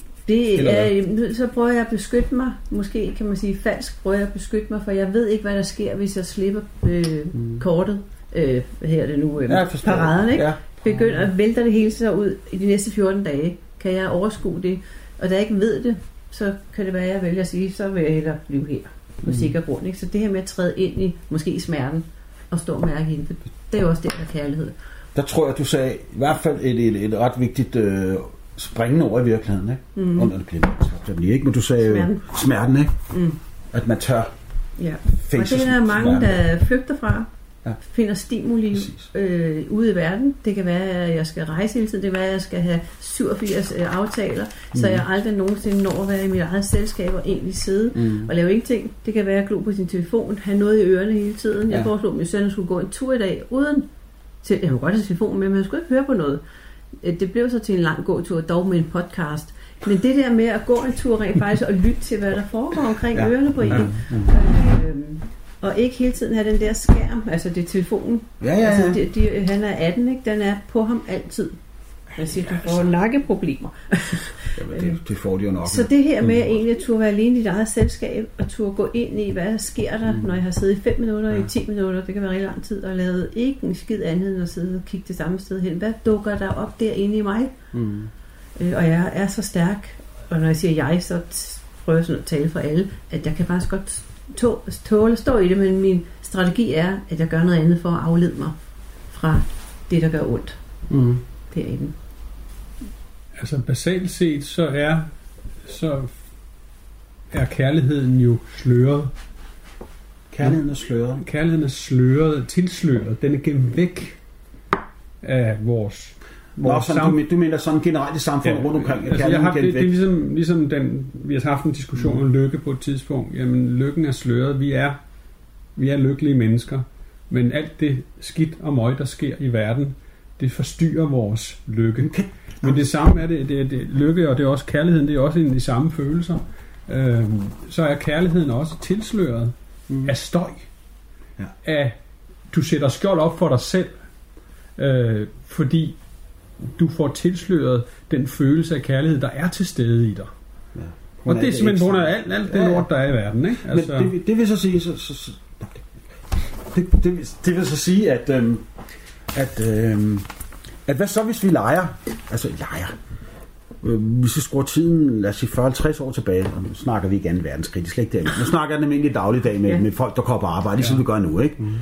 det er, så prøver jeg at beskytte mig, måske kan man sige falsk, prøver jeg at beskytte mig, for jeg ved ikke, hvad der sker, hvis jeg slipper øh, mm. kortet. Øh, hvad her er det nu? Øh, ja, paraden, ikke? Ja. Begynder at vælte det hele så ud i de næste fjorten dage. Kan jeg overskue det? Og da jeg ikke ved det, så kan det være, at jeg vælger at sige, så vil jeg hellere blive her. På mm. sikker grund. Ikke? Så det her med at træde ind i, måske i smerten, og stå og mærke hende, det er jo også det, der kærlighed. Der tror jeg, du sagde i hvert fald et, et, et ret vigtigt øh, springende ord i virkeligheden. Ikke? Mm. Under det glemmer ikke, men du sagde smerten, smerten ikke? Mm. At man tør. Ja. Og det er der mange, der flygter fra. Ja. Finder stimuli øh, ude i verden. Det kan være, at jeg skal rejse hele tiden. Det kan være, at jeg skal have syvogfirs øh, aftaler, mm. så jeg aldrig nogensinde når at være i mit eget selskab og egentlig sidde mm. og lave ingenting. Det kan være at glo på sin telefon, have noget i ørerne hele tiden. Ja. Jeg foreslog, at min søn skulle gå en tur i dag uden til, jeg kunne godt have telefonen med, men jeg skulle ikke høre på noget. Det blev så til en lang gåtur, dog med en podcast. Men det der med at gå en tur rent faktisk og lytte til, hvad der foregår omkring ja. Ørerne på en. Ja. Ja. Øh, Og ikke hele tiden have den der skærm, altså det er telefonen. Ja, ja, ja. Altså, de, de, han er atten, ikke? Den er på ham altid. Jeg siger, du får nakkeproblemer. Jamen, det, det får de jo nok. Så det her med at egentlig at turde være alene i dit eget selskab, og turde gå ind i, hvad der sker der, mm. når jeg har siddet i fem minutter, ja. I ti minutter, det kan være rigtig lang tid, og lavet ikke en skid andet end at sidde og kigge det samme sted hen. Hvad dukker der op derinde i mig? Mm. Øh, og jeg er så stærk, og når jeg siger jeg, så prøver jeg sådan at tale for alle, at jeg kan faktisk godt tåle at stå i det, men min strategi er, at jeg gør noget andet for at aflede mig fra det, der gør ondt. Mm. Derinde. Altså basalt set, så er, så er kærligheden jo sløret. Kærligheden er sløret. Kærligheden er sløret, tilsløret. Den er gemt væk af vores... Nå, sådan, du, du mener sådan generelt i samfundet ja, rundt omkring, altså, jeg har, det, det er ligesom, ligesom den, vi har haft en diskussion mm. om lykke på et tidspunkt. Jamen, lykken er sløret. Vi er, vi er lykkelige mennesker, men alt det skidt og møg, der sker i verden, det forstyrrer vores lykke. Okay. Men det samme er det, det, det lykke, og det er også kærligheden, det er også en af de samme følelser. Øhm, så er kærligheden også tilsløret mm. af støj. Ja. Af, du sætter skjold op for dig selv, øh, fordi du får tilsløret den følelse af kærlighed, der er til stede i dig. Ja. Og det er simpelthen på grund af alt, alt det ja. lort, der er i verden. Ikke? Altså... Men det, det vil så sige, så, så, så, det, det, det vil så sige, at, øhm, at, øhm, at hvad så, hvis vi leger, altså leger, øh, hvis vi skruer tiden, lad os sige fyrre til halvtreds år tilbage, og nu snakker vi ikke anden verdenskrig, det er slet ikke det. Nu snakker jeg nemlig i dagligdag med, ja. med folk, der kommer på arbejde, ligesom ja. vi gør nu. Ikke? Mm.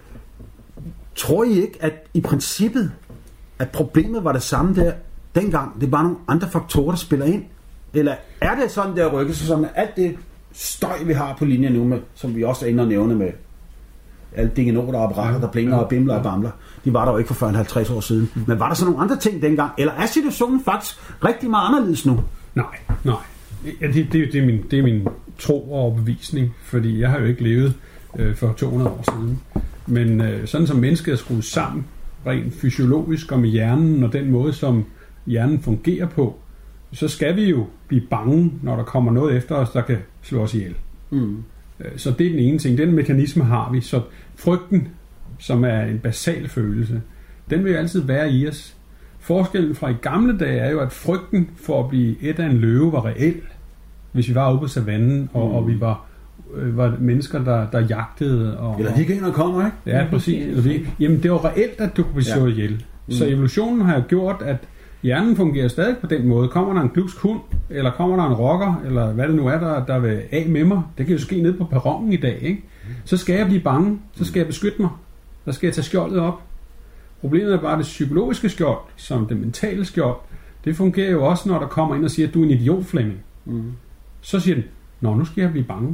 Tror I ikke, at i princippet, at problemet var det samme der dengang? Det er bare nogle andre faktorer, der spiller ind? Eller er det sådan der rykke, så sådan, at alt det støj, vi har på linjen nu, med, som vi også er inde og nævne med alle dingenoter og apparater, der blinger og bimler og bamler, de var der jo ikke for fyrre til halvtreds år siden. Men var der så nogle andre ting dengang? Eller er situationen faktisk rigtig meget anderledes nu? Nej, nej. Ja, det, det, det, er min, det er min tro og overbevisning, fordi jeg har jo ikke levet øh, for to hundrede år siden. Men øh, sådan som mennesket er skruet sammen, rent fysiologisk og med hjernen, og den måde, som hjernen fungerer på, så skal vi jo blive bange, når der kommer noget efter os, der kan slå os ihjel. Mm. Så det er den ene ting. Den mekanisme har vi. Så frygten, som er en basal følelse, den vil jo altid være i os. Forskellen fra i gamle dage er jo, at frygten for at blive et af en løve var reel, hvis vi var ude på savannen, og, mm. og vi var var mennesker, der, der jagtede. Og, eller vikinger kommer, ikke? Ja, præcis. Eller jamen, det var reelt, at du kunne blive slået ihjel. Mm. Så evolutionen har jo gjort, at hjernen fungerer stadig på den måde. Kommer der en glupsk hund, eller kommer der en rocker, eller hvad det nu er, der, der vil af med mig, det kan jo ske ned på perronen i dag, ikke? Så skal jeg blive bange, så skal jeg beskytte mig, så skal jeg tage skjoldet op. Problemet er bare, det psykologiske skjold, som det mentale skjold, det fungerer jo også, når der kommer ind og siger, at du er en idiot, Flemming. Mm. Så siger den, nå, nu skal jeg blive bange.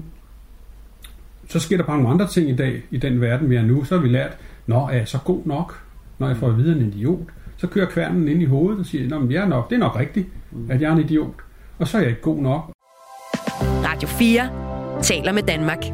Så sker der bare nogle andre ting i dag, i den verden, vi er nu. Så har vi lært, nå, er jeg så god nok, når jeg får at vide en idiot? Så kører kværnen ind i hovedet og siger, nå, men jeg er nok, det er nok rigtigt, at jeg er en idiot. Og så er jeg ikke god nok. Radio fire taler med Danmark.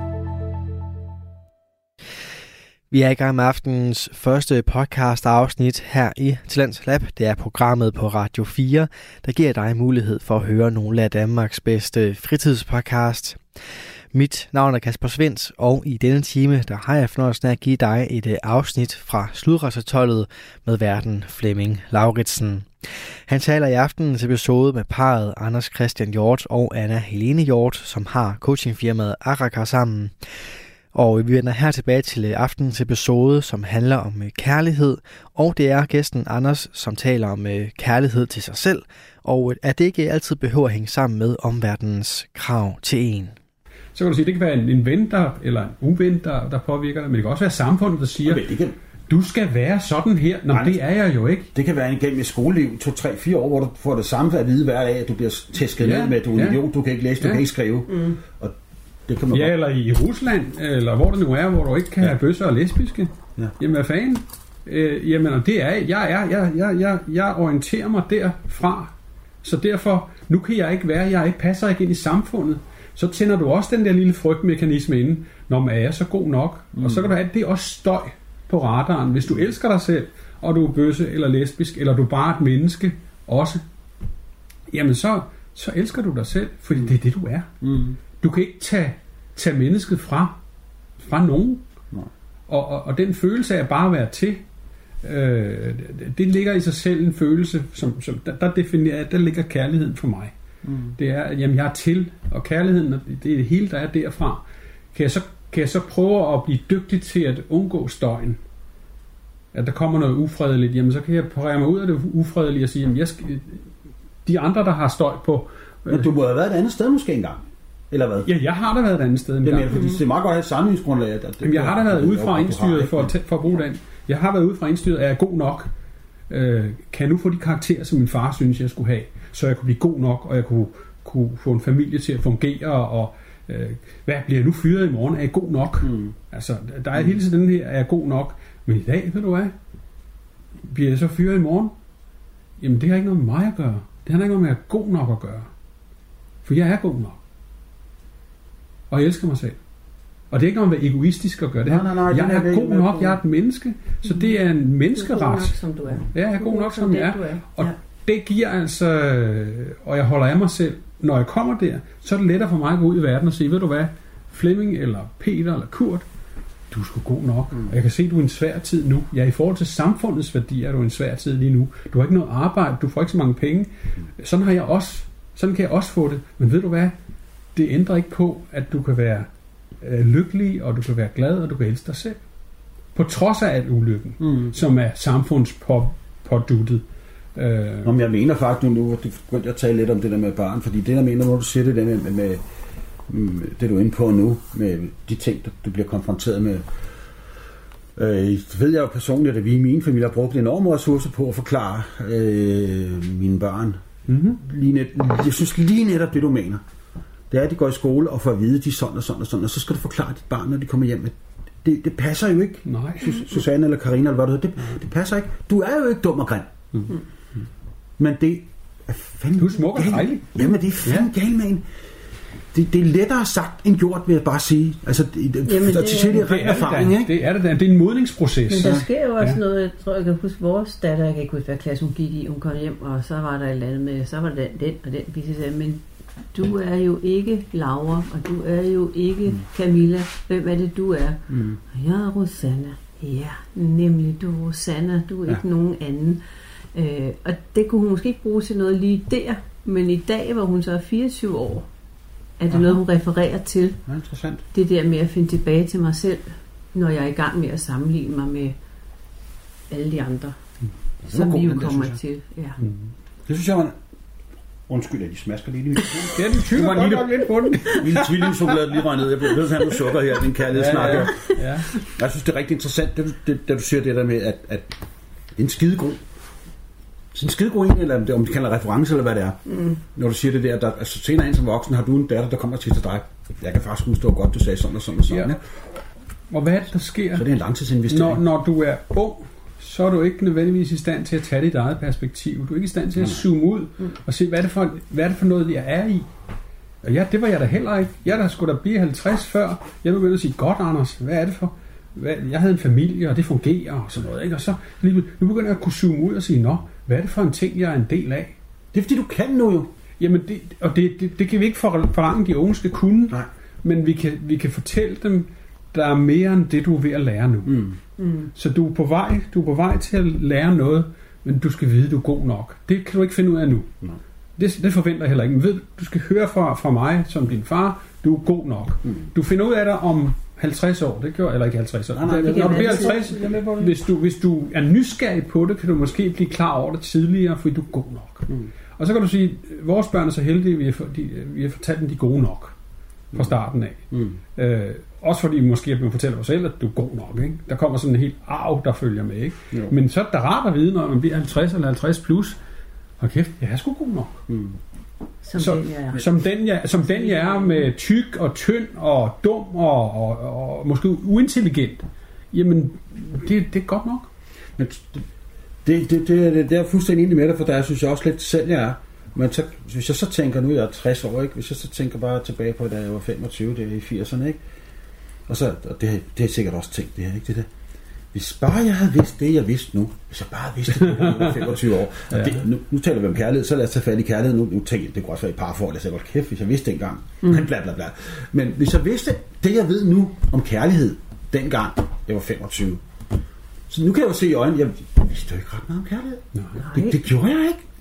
Vi er i gang med aftenens første podcast afsnit her i Talents Lab. Det er programmet på Radio fire, der giver dig mulighed for at høre nogle af Danmarks bedste fritidspodcast. Mit navn er Kasper Svens, og i denne time der har jeg fornøjelsen af at give dig et afsnit fra Sludrejsetollet med værten Flemming Lauritsen. Han taler i aftenens episode med parret Anders Christian Hjort og Anna Helene Hjort, som har coachingfirmaet Arakar sammen. Og vi vender her tilbage til aftenens episode, som handler om kærlighed, og det er gæsten Anders, som taler om kærlighed til sig selv, og at det ikke altid behøver at hænge sammen med omverdenens krav til en. Så kan du sige, det kan være en, en ven, der, eller en uven, der, der påvirker dig, men det kan også være samfundet, der siger, okay, kan... du skal være sådan her. Nå, nej, det er jeg jo ikke. Det kan være en gennem et skoleliv, to, tre, fire år, hvor du får det samme at vide hver dag, at du bliver tæsket ja, ned med, at du er en ja. idiot, du kan ikke læse, du ja. kan ikke skrive. Mm. Og det kan man ja, godt. Eller i Rusland, eller hvor det nu er, hvor du ikke kan ja. have bøsser og lesbiske. Ja. Jamen, hvad fanden? Øh, jamen, og det er, jeg er, jeg, jeg, jeg, jeg orienterer mig derfra, så derfor, nu kan jeg ikke være, jeg ikke passer ikke ind i samfundet. Så tænder du også den der lille frygtmekanisme inde, når man er så god nok. Mm. Og så kan du have, det er også støj på radaren. Hvis du elsker dig selv, og du er bøsse eller lesbisk, eller du er bare et menneske også, jamen så, så elsker du dig selv, fordi det er det, du er. Mm. Du kan ikke tage, tage mennesket fra, fra nogen. Nej. Og, og, og den følelse af bare at være til, øh, det ligger i sig selv en følelse, som, som der, der definerer, der ligger kærligheden for mig. Mm. Det er, at jamen, jeg er til, og kærligheden, det er det hele, der er derfra. Kan jeg, så, kan jeg så prøve at blive dygtig til at undgå støjen? At der kommer noget ufredeligt, jamen så kan jeg parere mig ud af det ufredelige og sige, jamen jeg skal, de andre, der har støj på... Men du må have været et andet sted måske engang. Eller hvad? Ja, jeg har da været et andet sted. Det er mere, fordi det er meget godt at have et sammenligningsgrundlag. At det, Jamen, jeg har da været ude fra indstyret for, at, for at bruge den. Jeg har været ude fra indstyret, er jeg god nok? Øh, kan jeg nu få de karakterer, som min far synes, jeg skulle have, så jeg kunne blive god nok, og jeg kunne, kunne få en familie til at fungere, og øh, hvad bliver jeg nu fyret i morgen? Er jeg god nok? Mm. Altså, der er hele tiden den her, er jeg god nok? Men i dag, ved du hvad? Bliver jeg så fyret i morgen? Jamen, det har ikke noget med mig at gøre. Det har ikke noget med at være god nok at gøre. For jeg er god nok. Og jeg elsker mig selv. Og det er ikke noget med egoistisk at gøre det her. Nej, nej, nej, jeg er, er god nok, jeg er et menneske. Så det er en menneskeret. Du er god nok, som du er. Ja, jeg er god nok, som jeg er. er. Og Ja. det giver altså... Og jeg holder af mig selv. Når jeg kommer der, så er det lettere for mig at gå ud i verden og sige, ved du hvad, Flemming eller Peter eller Kurt, du er sgu god nok. Mm. Og jeg kan se, at du er i en svær tid nu. Ja, i forhold til samfundets værdi er du i en svær tid lige nu. Du har ikke noget arbejde, du får ikke så mange penge. Sådan har jeg også. Sådan kan jeg også få det. Men ved du hvad, det ændrer ikke på, at du kan være øh, lykkelig, og du kan være glad, og du kan elske dig selv. På trods af al ulykken, mm. som er samfundspåduttet. Øh, Om jeg mener faktisk nu, nu du begyndte at tale lidt om det der med børn, fordi det der mener, når du siger det der med, med, med, med det du er inde på nu, med de ting, du bliver konfronteret med, øh, det ved jeg jo personligt, at vi i min familie har brugt enorme ressourcer på at forklare øh, mine børn. Mm-hmm. Lige net, jeg synes lige netop det, du mener. Det er, at de går i skole og får at vide, at de er sådan og sådan og sådan, og så skal du forklare dit barn, når de kommer hjem. Det, det passer jo ikke. Nej. Susanne eller Karina, eller hvad du hedder, det, det passer ikke. Du er jo ikke dum og grim. Mm-hmm. Men det er fandme... Du er smuk og dejlig. Jamen, det er fandme ja. galt med en. Det, det er lettere sagt end gjort, vil jeg bare sige. Altså, det, det, Jamen, det, det, det, det er ren erfaring, ikke? Det er det da. Det er en modningsproces. Men der sker jo også ja. noget, jeg tror, jeg kan huske vores datter, jeg kan ikke huske, hvad klasse hun gik i, hun kom hjem, og så var der et eller andet med, så var der den, den og den, vi sagde, men du er jo ikke Laura, og du er jo ikke Camilla. Hvem er det, du er? Mm. Og jeg er Rosanna. Ja, nemlig du er Rosanna, du er ja. ikke nogen anden. Øh, og det kunne hun måske ikke bruge til noget lige der, men i dag, hvor hun så er fireogtyve år, er det Aha. noget, hun refererer til. Ja, interessant. Det der med at finde tilbage til mig selv, når jeg er i gang med at sammenligne mig med alle de andre, mm. som vi jo kommer der, til. Ja. Mm. Det synes jeg var... Undskyld, at de smasker lige i mikrofonen. Ja, den tykker godt nok lidt på den. Min tvillingschokolade lige røg ned. Jeg bliver nødt til at have noget sukker her, den kærlighedssnak. Ja, ja. Ja. Jeg synes, det er rigtig interessant, det, det, det du siger det der med, at, at det er en skidegod. Så en skidegod en, eller om det kalder reference, eller hvad det er. Mm. Når du siger det der, der altså, senere ind som voksen, har du en datter, der kommer til til dig. Jeg kan faktisk huske, det var godt, du sagde sådan og sådan og sådan. Ja. Og hvad er det, der sker? Så det er en langtidsinvestering. Når, når du er ung, så er du ikke nødvendigvis i stand til at tage dit eget perspektiv. Du er ikke i stand til at zoome ud og se, hvad er det for, hvad er det for noget, jeg er i. Og ja, det var jeg da heller ikke. Jeg der skulle da blive halvtreds før. Jeg begyndte at sige, godt Anders, hvad er det for? Hvad? Jeg havde en familie, og det fungerer og sådan noget. Ikke? Og så nu begynder jeg at kunne zoome ud og sige, nå, hvad er det for en ting, jeg er en del af? Det er fordi, du kan nu jo. Jamen, det, og det, det, det kan vi ikke forlange, de unge skal kunne. Nej. Men vi kan, vi kan fortælle dem, der er mere end det, du er ved at lære nu. Mm. Mm. Så du er på vej, du er på vej til at lære noget, men du skal vide, du er god nok. Det kan du ikke finde ud af nu. Nej. Det, det forventer jeg heller ikke. Men ved, du skal høre fra, fra mig, som din far, du er god nok. Mm. Du finder ud af dig om halvtreds år. Det gør eller ikke halvtreds år. Nej, nej, det, det når du bliver halvtreds, hvis du, hvis du er nysgerrig på det, kan du måske blive klar over det tidligere, fordi du er god nok. Mm. Og så kan du sige, vores børn er så heldige, vi har, de, vi har fortalt dem, de er gode nok fra starten af. Mm. Øh, også fordi måske at man fortæller os selv, at du er god nok. Ikke? Der kommer sådan en helt arv, der følger med. Ikke? Men så er det rart at vide, når man bliver halvtreds eller halvtreds plus, hold kæft, jeg er sgu god nok. Mm. Som, som, den, jeg er. Som, den, jeg, som den jeg er med tyk og tynd og dum og, og, og måske uintelligent. Jamen, det, det er godt nok. Men det, det, det, det, det er fuldstændig enig med dig, for der synes jeg også lidt selv, jeg er. Men så, hvis jeg så tænker, nu er jeg tres år, ikke? Hvis jeg så tænker bare tilbage på, da jeg var femogtyve, det er i firserne, ikke? Og så, og det, det er sikkert også tænkt, det her, ikke det der? Hvis bare jeg havde vidst det, jeg vidste nu, hvis jeg bare vidste det, da jeg var femogtyve år, og ja. det, nu, nu taler vi om kærlighed, så lad os tage fat i kærlighed, nu, nu tænker jeg, det kunne også være i parforhold, jeg sagde godt kæft, hvis jeg vidste det engang, mm. bla bla bla. Men hvis jeg vidste det, jeg ved nu om kærlighed, dengang jeg var femogtyve, så nu kan jeg jo se i øjnene, jeg, jeg vidste jo ikke ret meget om kærlighed. Det, det gjorde jeg ikke.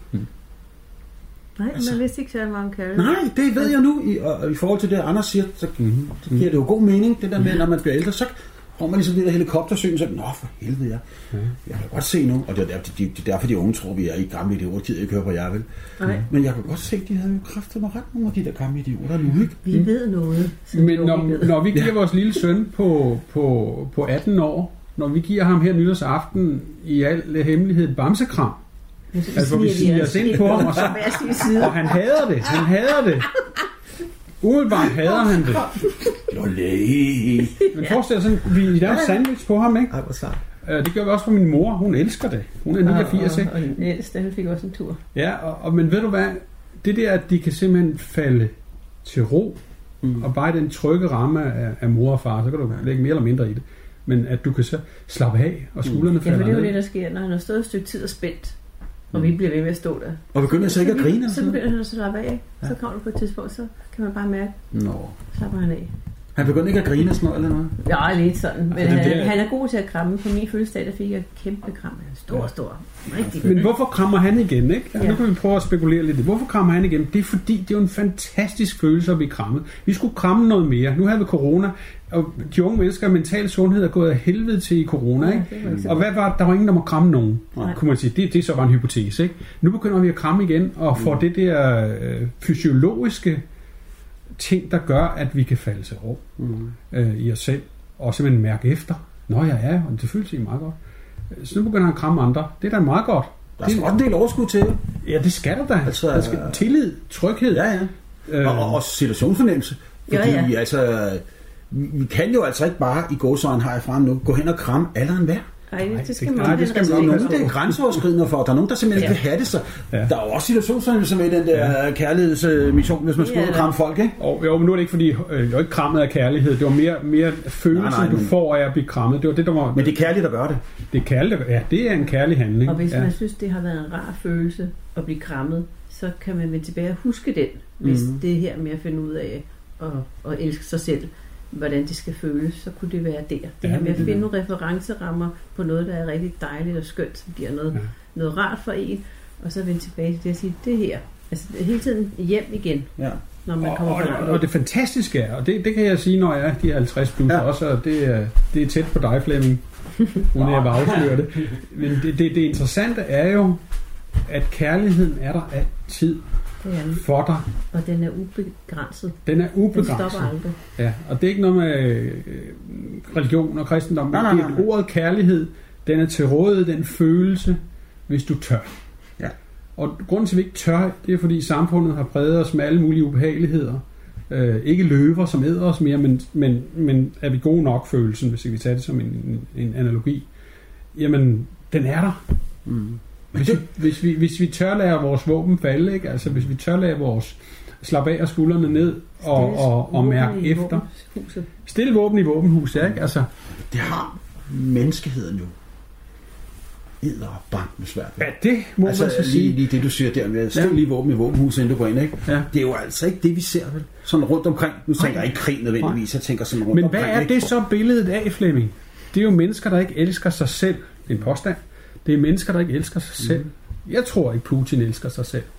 Nej, altså, man vidste ikke så meget om kærlighed. Nej, det ved jeg nu. I, og, og i forhold til det, Anders siger, så, mm-hmm. så giver det jo god mening, det der med, når man bliver ældre, så får man ligesom det der helikoptersyn, så nå for helvede, jeg, mm. jeg kan godt se nu, og det er, der, de, de, derfor de unge tror, vi er i gamle idioter, de ikke hører på jer, vel? Mm. Men jeg kan godt se, de havde jo kræftet mig ret nogle af de der gamle idioter nu, ikke? Vi ved noget. Men når, vi når vi giver ja. vores lille søn på, på, på atten år, når vi giver ham her nytårsaften i al hemmelighed et bamsekram, altså hvor vi siger os ind på ham, og, så, og han hader det, han hader det. Umiddelbart hader han det. Lolé. Men forestil dig sådan, vi laver en sandwich på ham, ikke? Ej, hvor sejt. Det gør vi også for min mor, hun elsker det. Hun er niogfirs, ikke? Og den ældste, han fik også en tur. Ja, og, og, men ved du hvad? Det der, at de kan simpelthen falde til ro, mm. og bare den trygge ramme af, af mor og far, så kan du lægge mere eller mindre i det. Men at du kan så slappe af, og skuldrene mm. falder ned. Ja, for det er jo det, der sker, når han har stået et stykke tid og spændt, og vi bliver ved med at stå der. Og begynder så ikke at grine? Så begynder han at slappe af. Ja. Så kommer du på et tidspunkt, så kan man bare mærke, Nå. slapper han af. Han begynder ikke at grine sådan noget eller noget? Ja, lidt sådan. Men altså, han, det... han er god til at kramme. På min fødselsdag, der fik jeg kæmpe kram. Stor, stor. Rigtig. Men hvorfor krammer han igen, ikke? Ja. Nu kan vi prøve at spekulere lidt. Hvorfor krammer han igen? Det er fordi, det er jo en fantastisk følelse at blive krammet. Vi skulle kramme noget mere. Nu havde vi corona, og de unge mennesker mental sundhed er gået af helvede til i corona, ikke? Ja, og hvad var der var ingen, der må kramme nogen, Nej. kunne man sige. Det, det så var en hypotese, ikke? Nu begynder vi at kramme igen, og får mm. det der øh, fysiologiske ting, der gør, at vi kan falde til ro mm. øh, i os selv, og simpelthen mærke efter. Nå, jeg er, og det føles meget godt. Så nu begynder han at kramme andre. Det er da meget godt. Der er også en del overskud til. Ja, det skal der da. Altså, der skal tillid, tryghed. Ja, ja. Øh, og, og, og situationsfornemmelse. Fordi ja, ja. Vi, altså, vi kan jo altså ikke bare i gåsøjne har jeg frem nu, gå hen og kramme alle og enhver. Nej, det skal man Nej, det skal man nogen, det er grænseoverskridende for. Der er nogen, der simpelthen ja. ikke vil have det. Så ja. Der er jo også situationsfornemmelse med den der ja. kærlighedsmission, hvis man skulle ja, kramme folk, ikke? Og, jo, men nu er det ikke fordi, øh, det var ikke krammet af kærlighed. Det var mere, mere følelsen, nej, nej, du men... får af at blive krammet. Det var det, der var... Men det er kærligt at gøre det. Det er kærligt, ja, det er en kærlig handling. Og hvis ja. man synes, det har været en rar følelse at blive krammet, så kan man vende tilbage og huske den, hvis mm. det er her med at finde ud af at, at elske sig selv, hvordan det skal føles, så kunne det være der. Det ja, her med at finde nogle referencerammer på noget, der er rigtig dejligt og skønt, som giver noget, ja. noget rart for en, og så vende tilbage til det og sige, det her, altså hele tiden hjem igen, ja. når man og, kommer og, på og, og det fantastiske er, og det, det kan jeg sige, når jeg er de halvtreds plus ja. også, og det er, det er tæt på dig, Flemming, uden jeg vil afsløre det. Men det, det, det interessante er jo, at kærligheden er der altid. For dig. Og den er ubegrænset. Den er ubegrænset. Den stopper aldrig. Ja, og det er ikke noget med øh, religion og kristendom. Nej, nej, nej. Det er ordet kærlighed. Den er til rådighed, den følelse, hvis du tør. Ja. Og grunden til, at vi ikke tør, det er fordi samfundet har præget os med alle mulige ubehageligheder. Øh, ikke løver, som æder os mere, men, men, men er vi gode nok følelsen, hvis vi tager det som en, en, en analogi. Jamen, den er der. Mm. Hvis vi, hvis, vi, hvis vi tør lade vores våben falde, ikke? Altså hvis vi tør lade vores slappe af skuldrene ned og, og, og mærke efter. Stille våben i våbenhuset, ikke? Altså, det har menneskeheden jo edder og bank med svært. Ja, det må altså, man så lige, sige. lige det du siger der med stille lige våben i våbenhuset, inden du går ind, ikke? Ja. Det er jo altså ikke det, vi ser vel? Sådan rundt omkring. Nu tænker jeg ikke krig nødvendigvis, jeg tænker sådan rundt Men omkring. Men hvad er det så billedet af, Flemming? Det er jo mennesker, der ikke elsker sig selv. Det er en påstand. Det er mennesker, der ikke elsker sig selv. Mm. Jeg tror ikke, Putin elsker sig selv.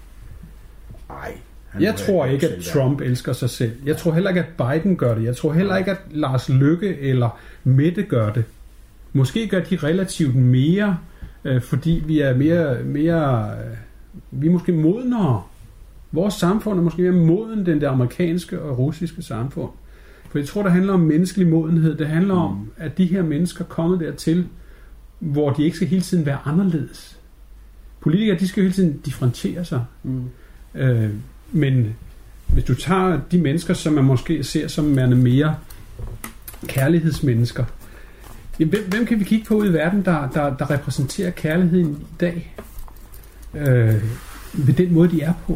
Nej. Jeg tror ikke, at Trump elsker sig selv. Jeg tror heller ikke, at Biden gør det. Jeg tror heller ikke, at Lars Løkke eller Mette gør det. Måske gør de relativt mere, øh, fordi vi er mere, mere øh, vi er måske modnere. Vores samfund er måske mere moden end det amerikanske og russiske samfund. For jeg tror, det handler om menneskelig modenhed. Det handler mm. om, at de her mennesker er kommet dertil, hvor de ikke skal hele tiden være anderledes. Politikere, de skal hele tiden differentiere sig. Mm. Øh, men hvis du tager de mennesker, som man måske ser som værende mere kærlighedsmennesker, jamen, hvem, hvem kan vi kigge på ude i verden, der, der, der repræsenterer kærligheden i dag? Øh, ved den måde, de er på?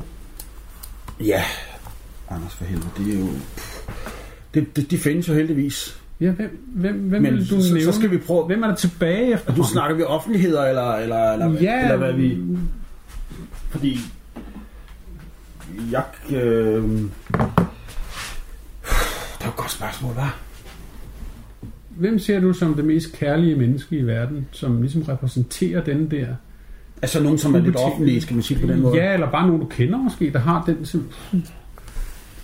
Ja, Anders for helvede, det er jo... Det, det, de findes jo heldigvis. Ja, hvem, hvem, hvem Men vil du så, nævne? Så skal vi prøve... Hvem er der tilbage efter? Du snakker vi offentligheder, eller, eller, eller, ja, eller hvad vi... Fordi... Jeg... Øh... Det var et godt spørgsmål, hva'? Hvem ser du som det mest kærlige menneske i verden, som ligesom repræsenterer den der... Altså nogen, som er lidt offentlige, skal man sige på den måde? Ja, eller bare nogen, du kender måske, der har den... Som...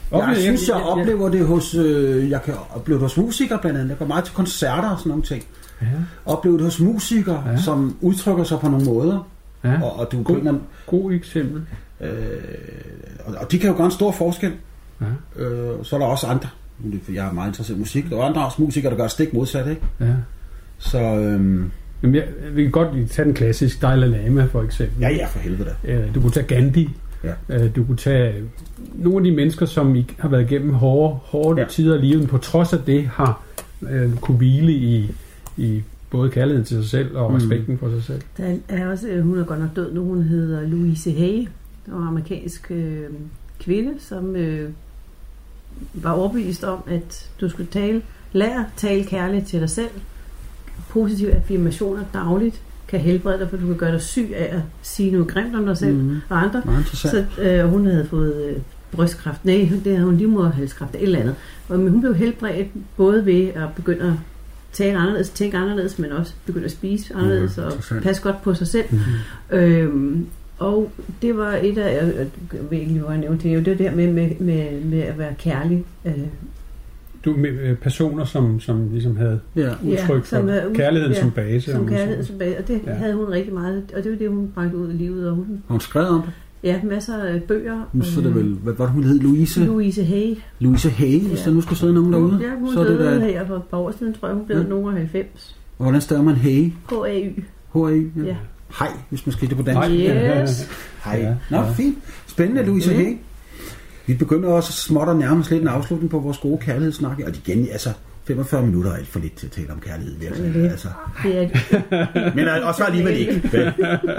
Jeg jeg, synes, jeg jeg, jeg oplever det hos, øh, jeg kan opleve det hos musikere blandt andet. Jeg går meget til koncerter og sådan nogle ting. Ja. Opleve det hos musikere, Ja. som udtrykker sig på nogle måder. Ja. Og, og du God, kan, god eksempel. øh, og, og de kan jo gøre en stor forskel. Ja. Øh, så er der også andre. Jeg er meget interesseret i musik. Der er andre også musikere, der gør stik modsat, ikke? Ja. Så øhm, Jamen, jeg, vi kan godt lige tage den klassiske Dalai Lama for eksempel. ja, ja, for helvede da. Øh, Du kunne tage Gandhi. Ja. Du kunne tage nogle af de mennesker, som I har været igennem hårde, hårde Ja. tider i livet, på trods af det har øh, kunne hvile i, i både kærligheden til sig selv og Mm. respekten for sig selv. Der er også, hun er godt nok død nu, hun hedder Louise Hay. Det var en amerikansk øh, kvinde, som øh, var overbevist om, at du skulle tale, lære tale kærligt til dig selv. Positive affirmationer dagligt kan helbrede dig, for du kan gøre dig syg af at sige noget grimt om dig selv Mhm. og andre. Meget interessant. Så øh, hun havde fået øh, brystkræft. Nej, det havde hun livmoderhalskræft, eller andet. Og, men hun blev helbredt både ved at begynde at tale anderledes, tænke anderledes, men også begynde at spise anderledes Mhm, og interessant. passe godt på sig selv. Mm-hmm. Øhm, og det var et af, jeg ved ikke lige, hvor jeg nævnte det, jo det der med, med, med, med at være kærlig. Øh, Du med øh, personer, som, som ligesom havde Ja. udtryk som for er ud- kærligheden ja, som base. som om man kærlighed så- som base, og det Ja. ja. havde hun rigtig meget, og det var det, hun bragte ud i livet, og hun, Har hun skrevet om det? ja, masser af bøger. Nu så er det øh, vel, hvad var det, hun hed? Louise? Louise Hay. Louise Hay, hvis Ja. der nu skulle sidde nogen derude. Ja, hun så er det døde da, her for et par år siden, tror jeg, hun blev Ja. ja. nogen af halvfems. hvordan staver man Hay? H A Y. H A Y? Ja. Hej, hvis man skal det på dansk. Nej. Yes. Hej. Ja. Nå, Ja. fint. Spændende, Louise Mm. Hay. Vi begynder også småt at nærme os lidt en afslutning på vores gode kærlighedssnak. Og igen, altså, femogfyrre minutter er alt for lidt til at tale om kærlighed. Virkelig. Det er det. Altså. Det er, Men øh, også alligevel ikke. Vel?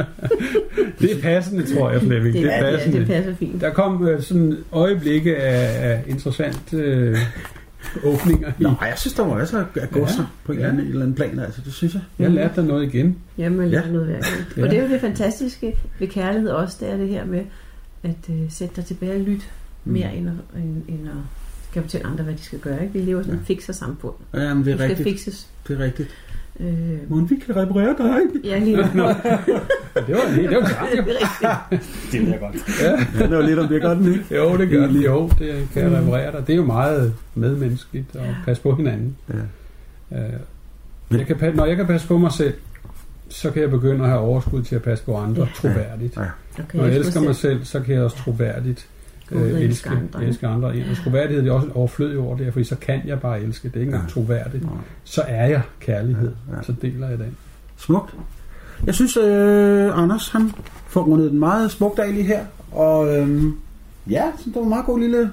Det er passende, tror jeg, Flemming. det, Det er er, det, passende. det passer fint. Der kom øh, sådan øjeblikke af, af interessant øh, åbninger. I. Nå, jeg synes, der var altså at gå Ja. sig på en Ja. eller anden, et eller anden plan. Altså, det synes jeg. Jeg lærte dig noget igen. Jamen, jeg Ja. lærer noget hver gang. Ja. Og det er jo det fantastiske ved kærlighed også, det er det her med at øh, sætte dig tilbage og lytte mere, end, at, end, end at skal fortælle andre, hvad de skal gøre. Ikke? Vi lever sådan et Ja. fikser samfund. Ja, men det Du er skal rigtigt. fikses. Det er rigtigt. Øh, Måden, vi kan reparere dig. ja, lige nu. Det var det var klart, jo. Det er rigtigt. Det vil jeg godt. Ja, det var lidt om det godt, ikke? Jo, det gør det. Jo, det kan jeg reparere dig. Det er jo meget medmenneskeligt at passe på hinanden. Ja. Øh, jeg kan, pa- når jeg kan passe på mig selv, så kan jeg begynde at have overskud til at passe på andre Ja. troværdigt. Ja. Okay, Når jeg elsker mig selv, så kan jeg også troværdigt Gå ud og øh, elske elske, andre. elske andre. Ja. Og troværdighed er også et overflødigt ord der, fordi så kan jeg bare elske. Det er ikke engang Ja. troværdigt. Nej. Så er jeg kærlighed. Ja, ja. Så deler jeg den. Smukt. Jeg synes, øh, Anders, han får rundet en meget smuk dag lige her. Og øh, ja, så det var en meget god lille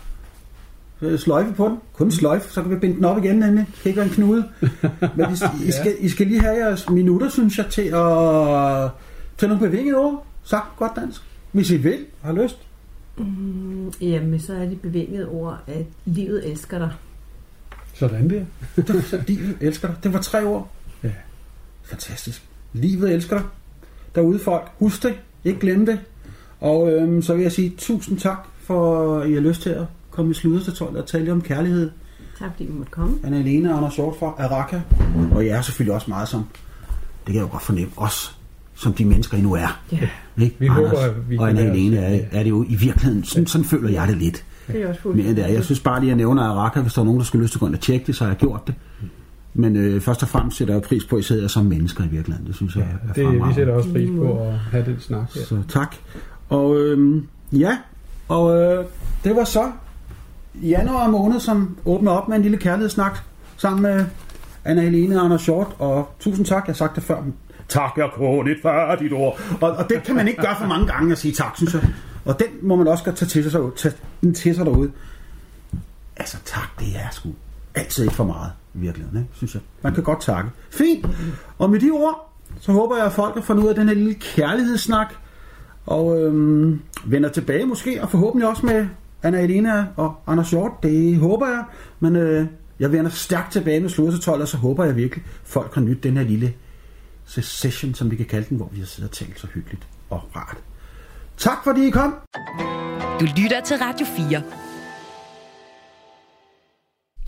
øh, sløjfe på den. Kun en sløjfe, så kan vi binde den op igen, nemlig. Det kan ikke være en knude. Men I, I, skal, I skal lige have jeres minutter, synes jeg, til at til nogle bevingede ord. Sagt godt dansk. Hvis I vil, har lyst. Mm, jamen, så er det bevinget ord, at livet elsker dig. Sådan der. Livet elsker dig. Det var tre ord. Ja. Fantastisk. Livet elsker dig. Derude folk. Husk det. Ikke glem det. Og øhm, så vil jeg sige tusind tak for, at I har lyst til at komme i Sludderstatollet og tale om kærlighed. Tak fordi vi måtte komme. Anna-Helene og Anders Hjort fra Araka. Og jeg er selvfølgelig også meget som, det kan jeg jo godt fornemme, os som de mennesker I nu er. Ja, Ikke? Vi Anders håber, at vi og kan Anna-Helene være os. er, er det jo i virkeligheden. Sådan, sådan føler jeg det lidt. det er også Mere end det er. Jeg synes bare lige at nævne Araka, hvis der er nogen, der skal lyst til at gå ind og tjekke det, så har jeg gjort det. Men øh, først og fremmest sætter jeg pris på, at I sidder som mennesker i virkeligheden. Det synes jeg er Det, vi fremragende. sætter også pris på at have den snak her. Så tak. Og øh, ja, og øh, det var så januar måned, som åbner op med en lille kærlighedssnak sammen med Anna-Helene og Anders Hjort. Og tusind tak, jeg har sagt det før. Tak, jeg kunne lidt færdigt ord. Og, og det kan man ikke gøre for mange gange at sige tak, synes jeg. Og den må man også godt tage til sig, tage den til sig derude. Altså tak, det er sgu altid ikke for meget i virkeligheden, ikke? Synes jeg. Man kan godt takke. Fint. Og med de ord, så håber jeg, at folk har fundet ud af den her lille kærlighedssnak. Og øhm, vender tilbage måske, og forhåbentlig også med Anna-Helene og Anders Hjort. Det håber jeg. Men øh, jeg vender stærkt tilbage med Sludderstatollet, og så håber jeg virkelig, folk har nydt den her lille session, som vi kan kalde den, hvor vi har siddet og talt så hyggeligt og rart. Tak fordi I kom. Du lytter til Radio fire.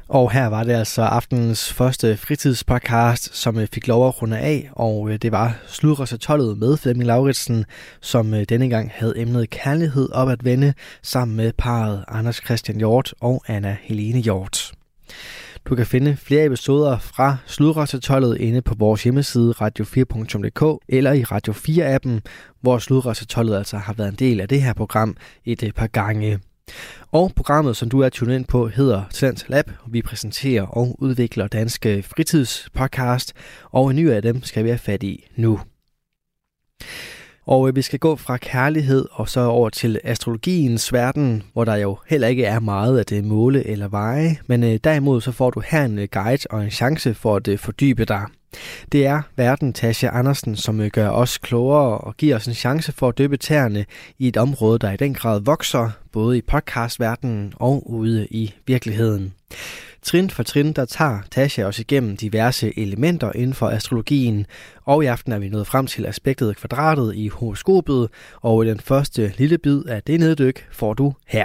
Og her var det altså aftenens første fritidspodcast, som fik lov at runde af, og det var Sludrejsetollet med Flemming Lauritsen, som denne gang havde emnet kærlighed op at vende sammen med parret Anders Christian Hjort og Anna Helene Hjort. Du kan finde flere episoder fra Sludrejsetollet inde på vores hjemmeside radio fire punktum d k eller i Radio fire-appen, hvor Sludrejsetollet altså har været en del af det her program et par gange. Og programmet, som du er tunet ind på, hedder Talentlab. Vi præsenterer og udvikler danske fritidspodcast, og en ny af dem skal vi have fat i nu. Og vi skal gå fra kærlighed og så over til astrologiens verden, hvor der jo heller ikke er meget at det måle eller veje, men derimod så får du her en guide og en chance for at fordybe dig. Det er værten Tasha Andersen, som gør os klogere og giver os en chance for at dyppe tæerne i et område, der i den grad vokser, både i podcastverdenen og ude i virkeligheden. Trin for trin, der tager Tasha os igennem diverse elementer inden for astrologien, og i aften er vi nået frem til aspektet kvadratet i horoskopet, og den første lille bid af det neddyk får du her.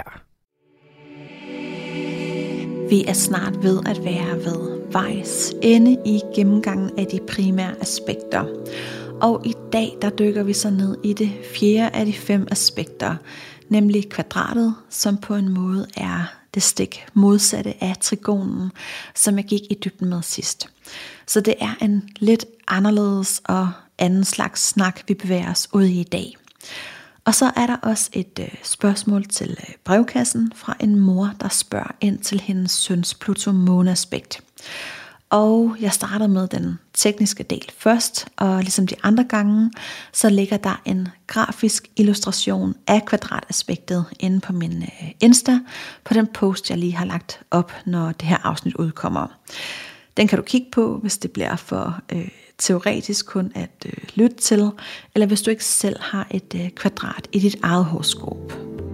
Vi er snart ved at være ved vejs ende i gennemgangen af de primære aspekter. Og i dag der dykker vi så ned i det fjerde af de fem aspekter, nemlig kvadratet, som på en måde er det stik modsatte af trigonen, som jeg gik i dybden med sidst. Så det er en lidt anderledes og anden slags snak, vi bevæger os ud i i dag. Og så er der også et øh, spørgsmål til øh, brevkassen fra en mor, der spørger ind til hendes søns Pluto-måneaspekt. Og jeg starter med den tekniske del først, og ligesom de andre gange, så ligger der en grafisk illustration af kvadrataspektet inde på min øh, Insta, på den post, jeg lige har lagt op, når det her afsnit udkommer. Den kan du kigge på, hvis det bliver for øh, teoretisk kun at øh, lytte til, eller hvis du ikke selv har et øh, kvadrat i dit eget horoskop.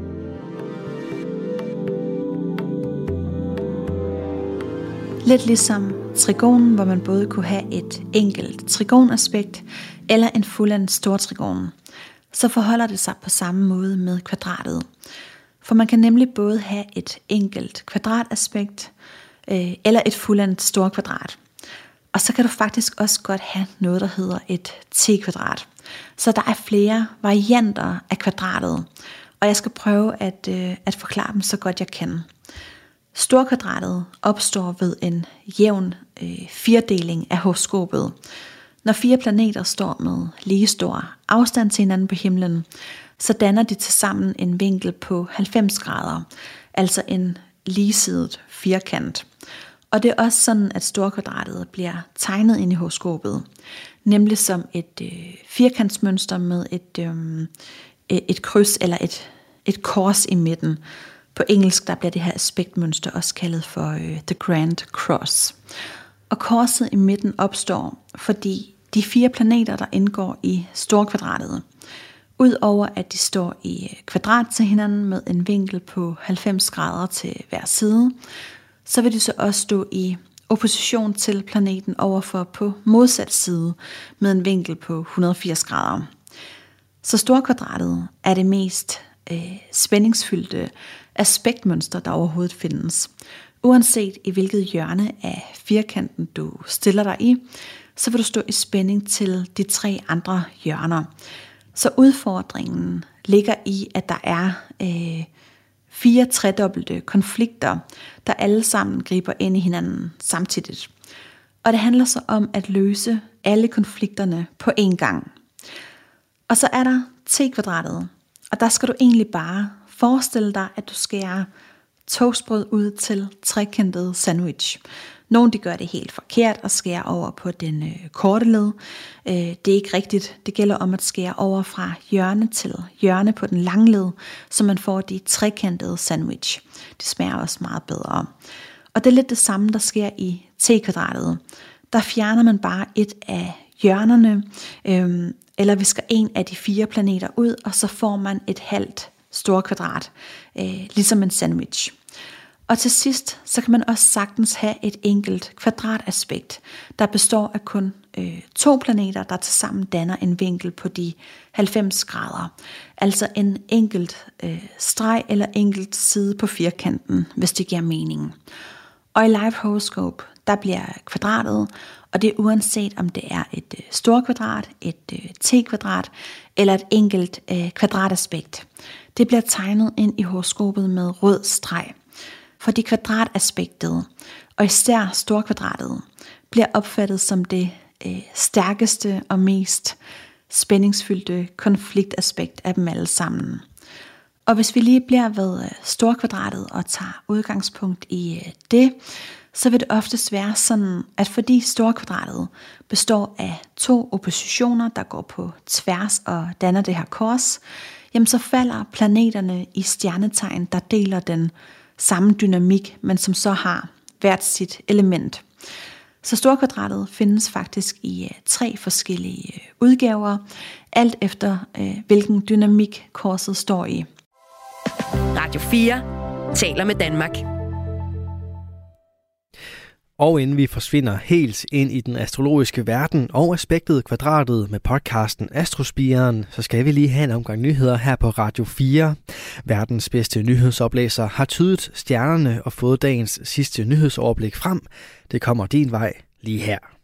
Lidt ligesom trigonen, hvor man både kunne have et enkelt trigonaspekt eller en fuldendt stortrigon, så forholder det sig på samme måde med kvadratet. For man kan nemlig både have et enkelt kvadrataspekt øh, eller et fuldendt storkvadrat. Og så kan du faktisk også godt have noget, der hedder et t-kvadrat. Så der er flere varianter af kvadratet, og jeg skal prøve at, øh, at forklare dem så godt jeg kan. Storkvadratet opstår ved en jævn øh, firedeling af horoskopet. Når fire planeter står med lige stor afstand til hinanden på himlen, så danner de tilsammen en vinkel på halvfems grader, altså en ligesidet firkant. Og det er også sådan, at storkvadratet bliver tegnet ind i horoskopet, nemlig som et øh, firkantsmønster med et, øh, et kryds eller et, et kors i midten. På engelsk der bliver det her aspektmønster også kaldet for øh, The Grand Cross. Og korset i midten opstår, fordi de fire planeter, der indgår i storkvadratet, udover at de står i kvadrat til hinanden med en vinkel på halvfems grader til hver side, så vil de så også stå i opposition til planeten overfor på modsat side med en vinkel på et hundrede og firs grader. Så storkvadratet er det mest øh, spændingsfyldte aspektmønster, der overhovedet findes. Uanset i hvilket hjørne af firkanten du stiller dig i, så vil du stå i spænding til de tre andre hjørner. Så udfordringen ligger i, at der er øh, fire tredobbelte konflikter, der alle sammen griber ind i hinanden samtidigt. Og det handler så om at løse alle konflikterne på én gang. Og så er der t-kvadratet, og der skal du egentlig bare forestille dig, at du skærer toastbrød ud til trekantet sandwich. Nogle de gør det helt forkert og skærer over på den øh, korte led. Øh, det er ikke rigtigt. Det gælder om at skære over fra hjørne til hjørne på den lange led, så man får de trekantede sandwich. Det smager også meget bedre. Og det er lidt det samme, der sker i t-kvadratet. Der fjerner man bare et af hjørnerne, øh, eller visker en af de fire planeter ud, og så får man et halvt storkvadrat, øh, ligesom en sandwich. Og til sidst, så kan man også sagtens have et enkelt kvadrataspekt, der består af kun øh, to planeter, der tilsammen danner en vinkel på de halvfems grader. Altså en enkelt øh, streg eller enkelt side på firkanten, hvis det giver mening. Og i Live Horoscope, der bliver kvadratet, og det er uanset om det er et øh, storkvadrat, et øh, t-kvadrat eller et enkelt øh, kvadrataspekt. Det bliver tegnet ind i horoskopet med rød streg. Fordi kvadrataspektet, og især storkvadratet, bliver opfattet som det øh, stærkeste og mest spændingsfyldte konfliktaspekt af dem alle sammen. Og hvis vi lige bliver ved storkvadratet og tager udgangspunkt i det, så vil det oftest være sådan, at fordi storkvadratet består af to oppositioner, der går på tværs og danner det her kors, jamen så falder planeterne i stjernetegn, der deler den samme dynamik, men som så har hvert sit element. Så storkvadratet findes faktisk i uh, tre forskellige uh, udgaver, alt efter uh, hvilken dynamik korset står i. Radio fire taler med Danmark. Og inden vi forsvinder helt ind i den astrologiske verden og aspektet kvadratet med podcasten Astrospiren, så skal vi lige have en omgang nyheder her på Radio fire. Verdens bedste nyhedsoplæser har tydet stjernerne og fået dagens sidste nyhedsoverblik frem. Det kommer din vej lige her.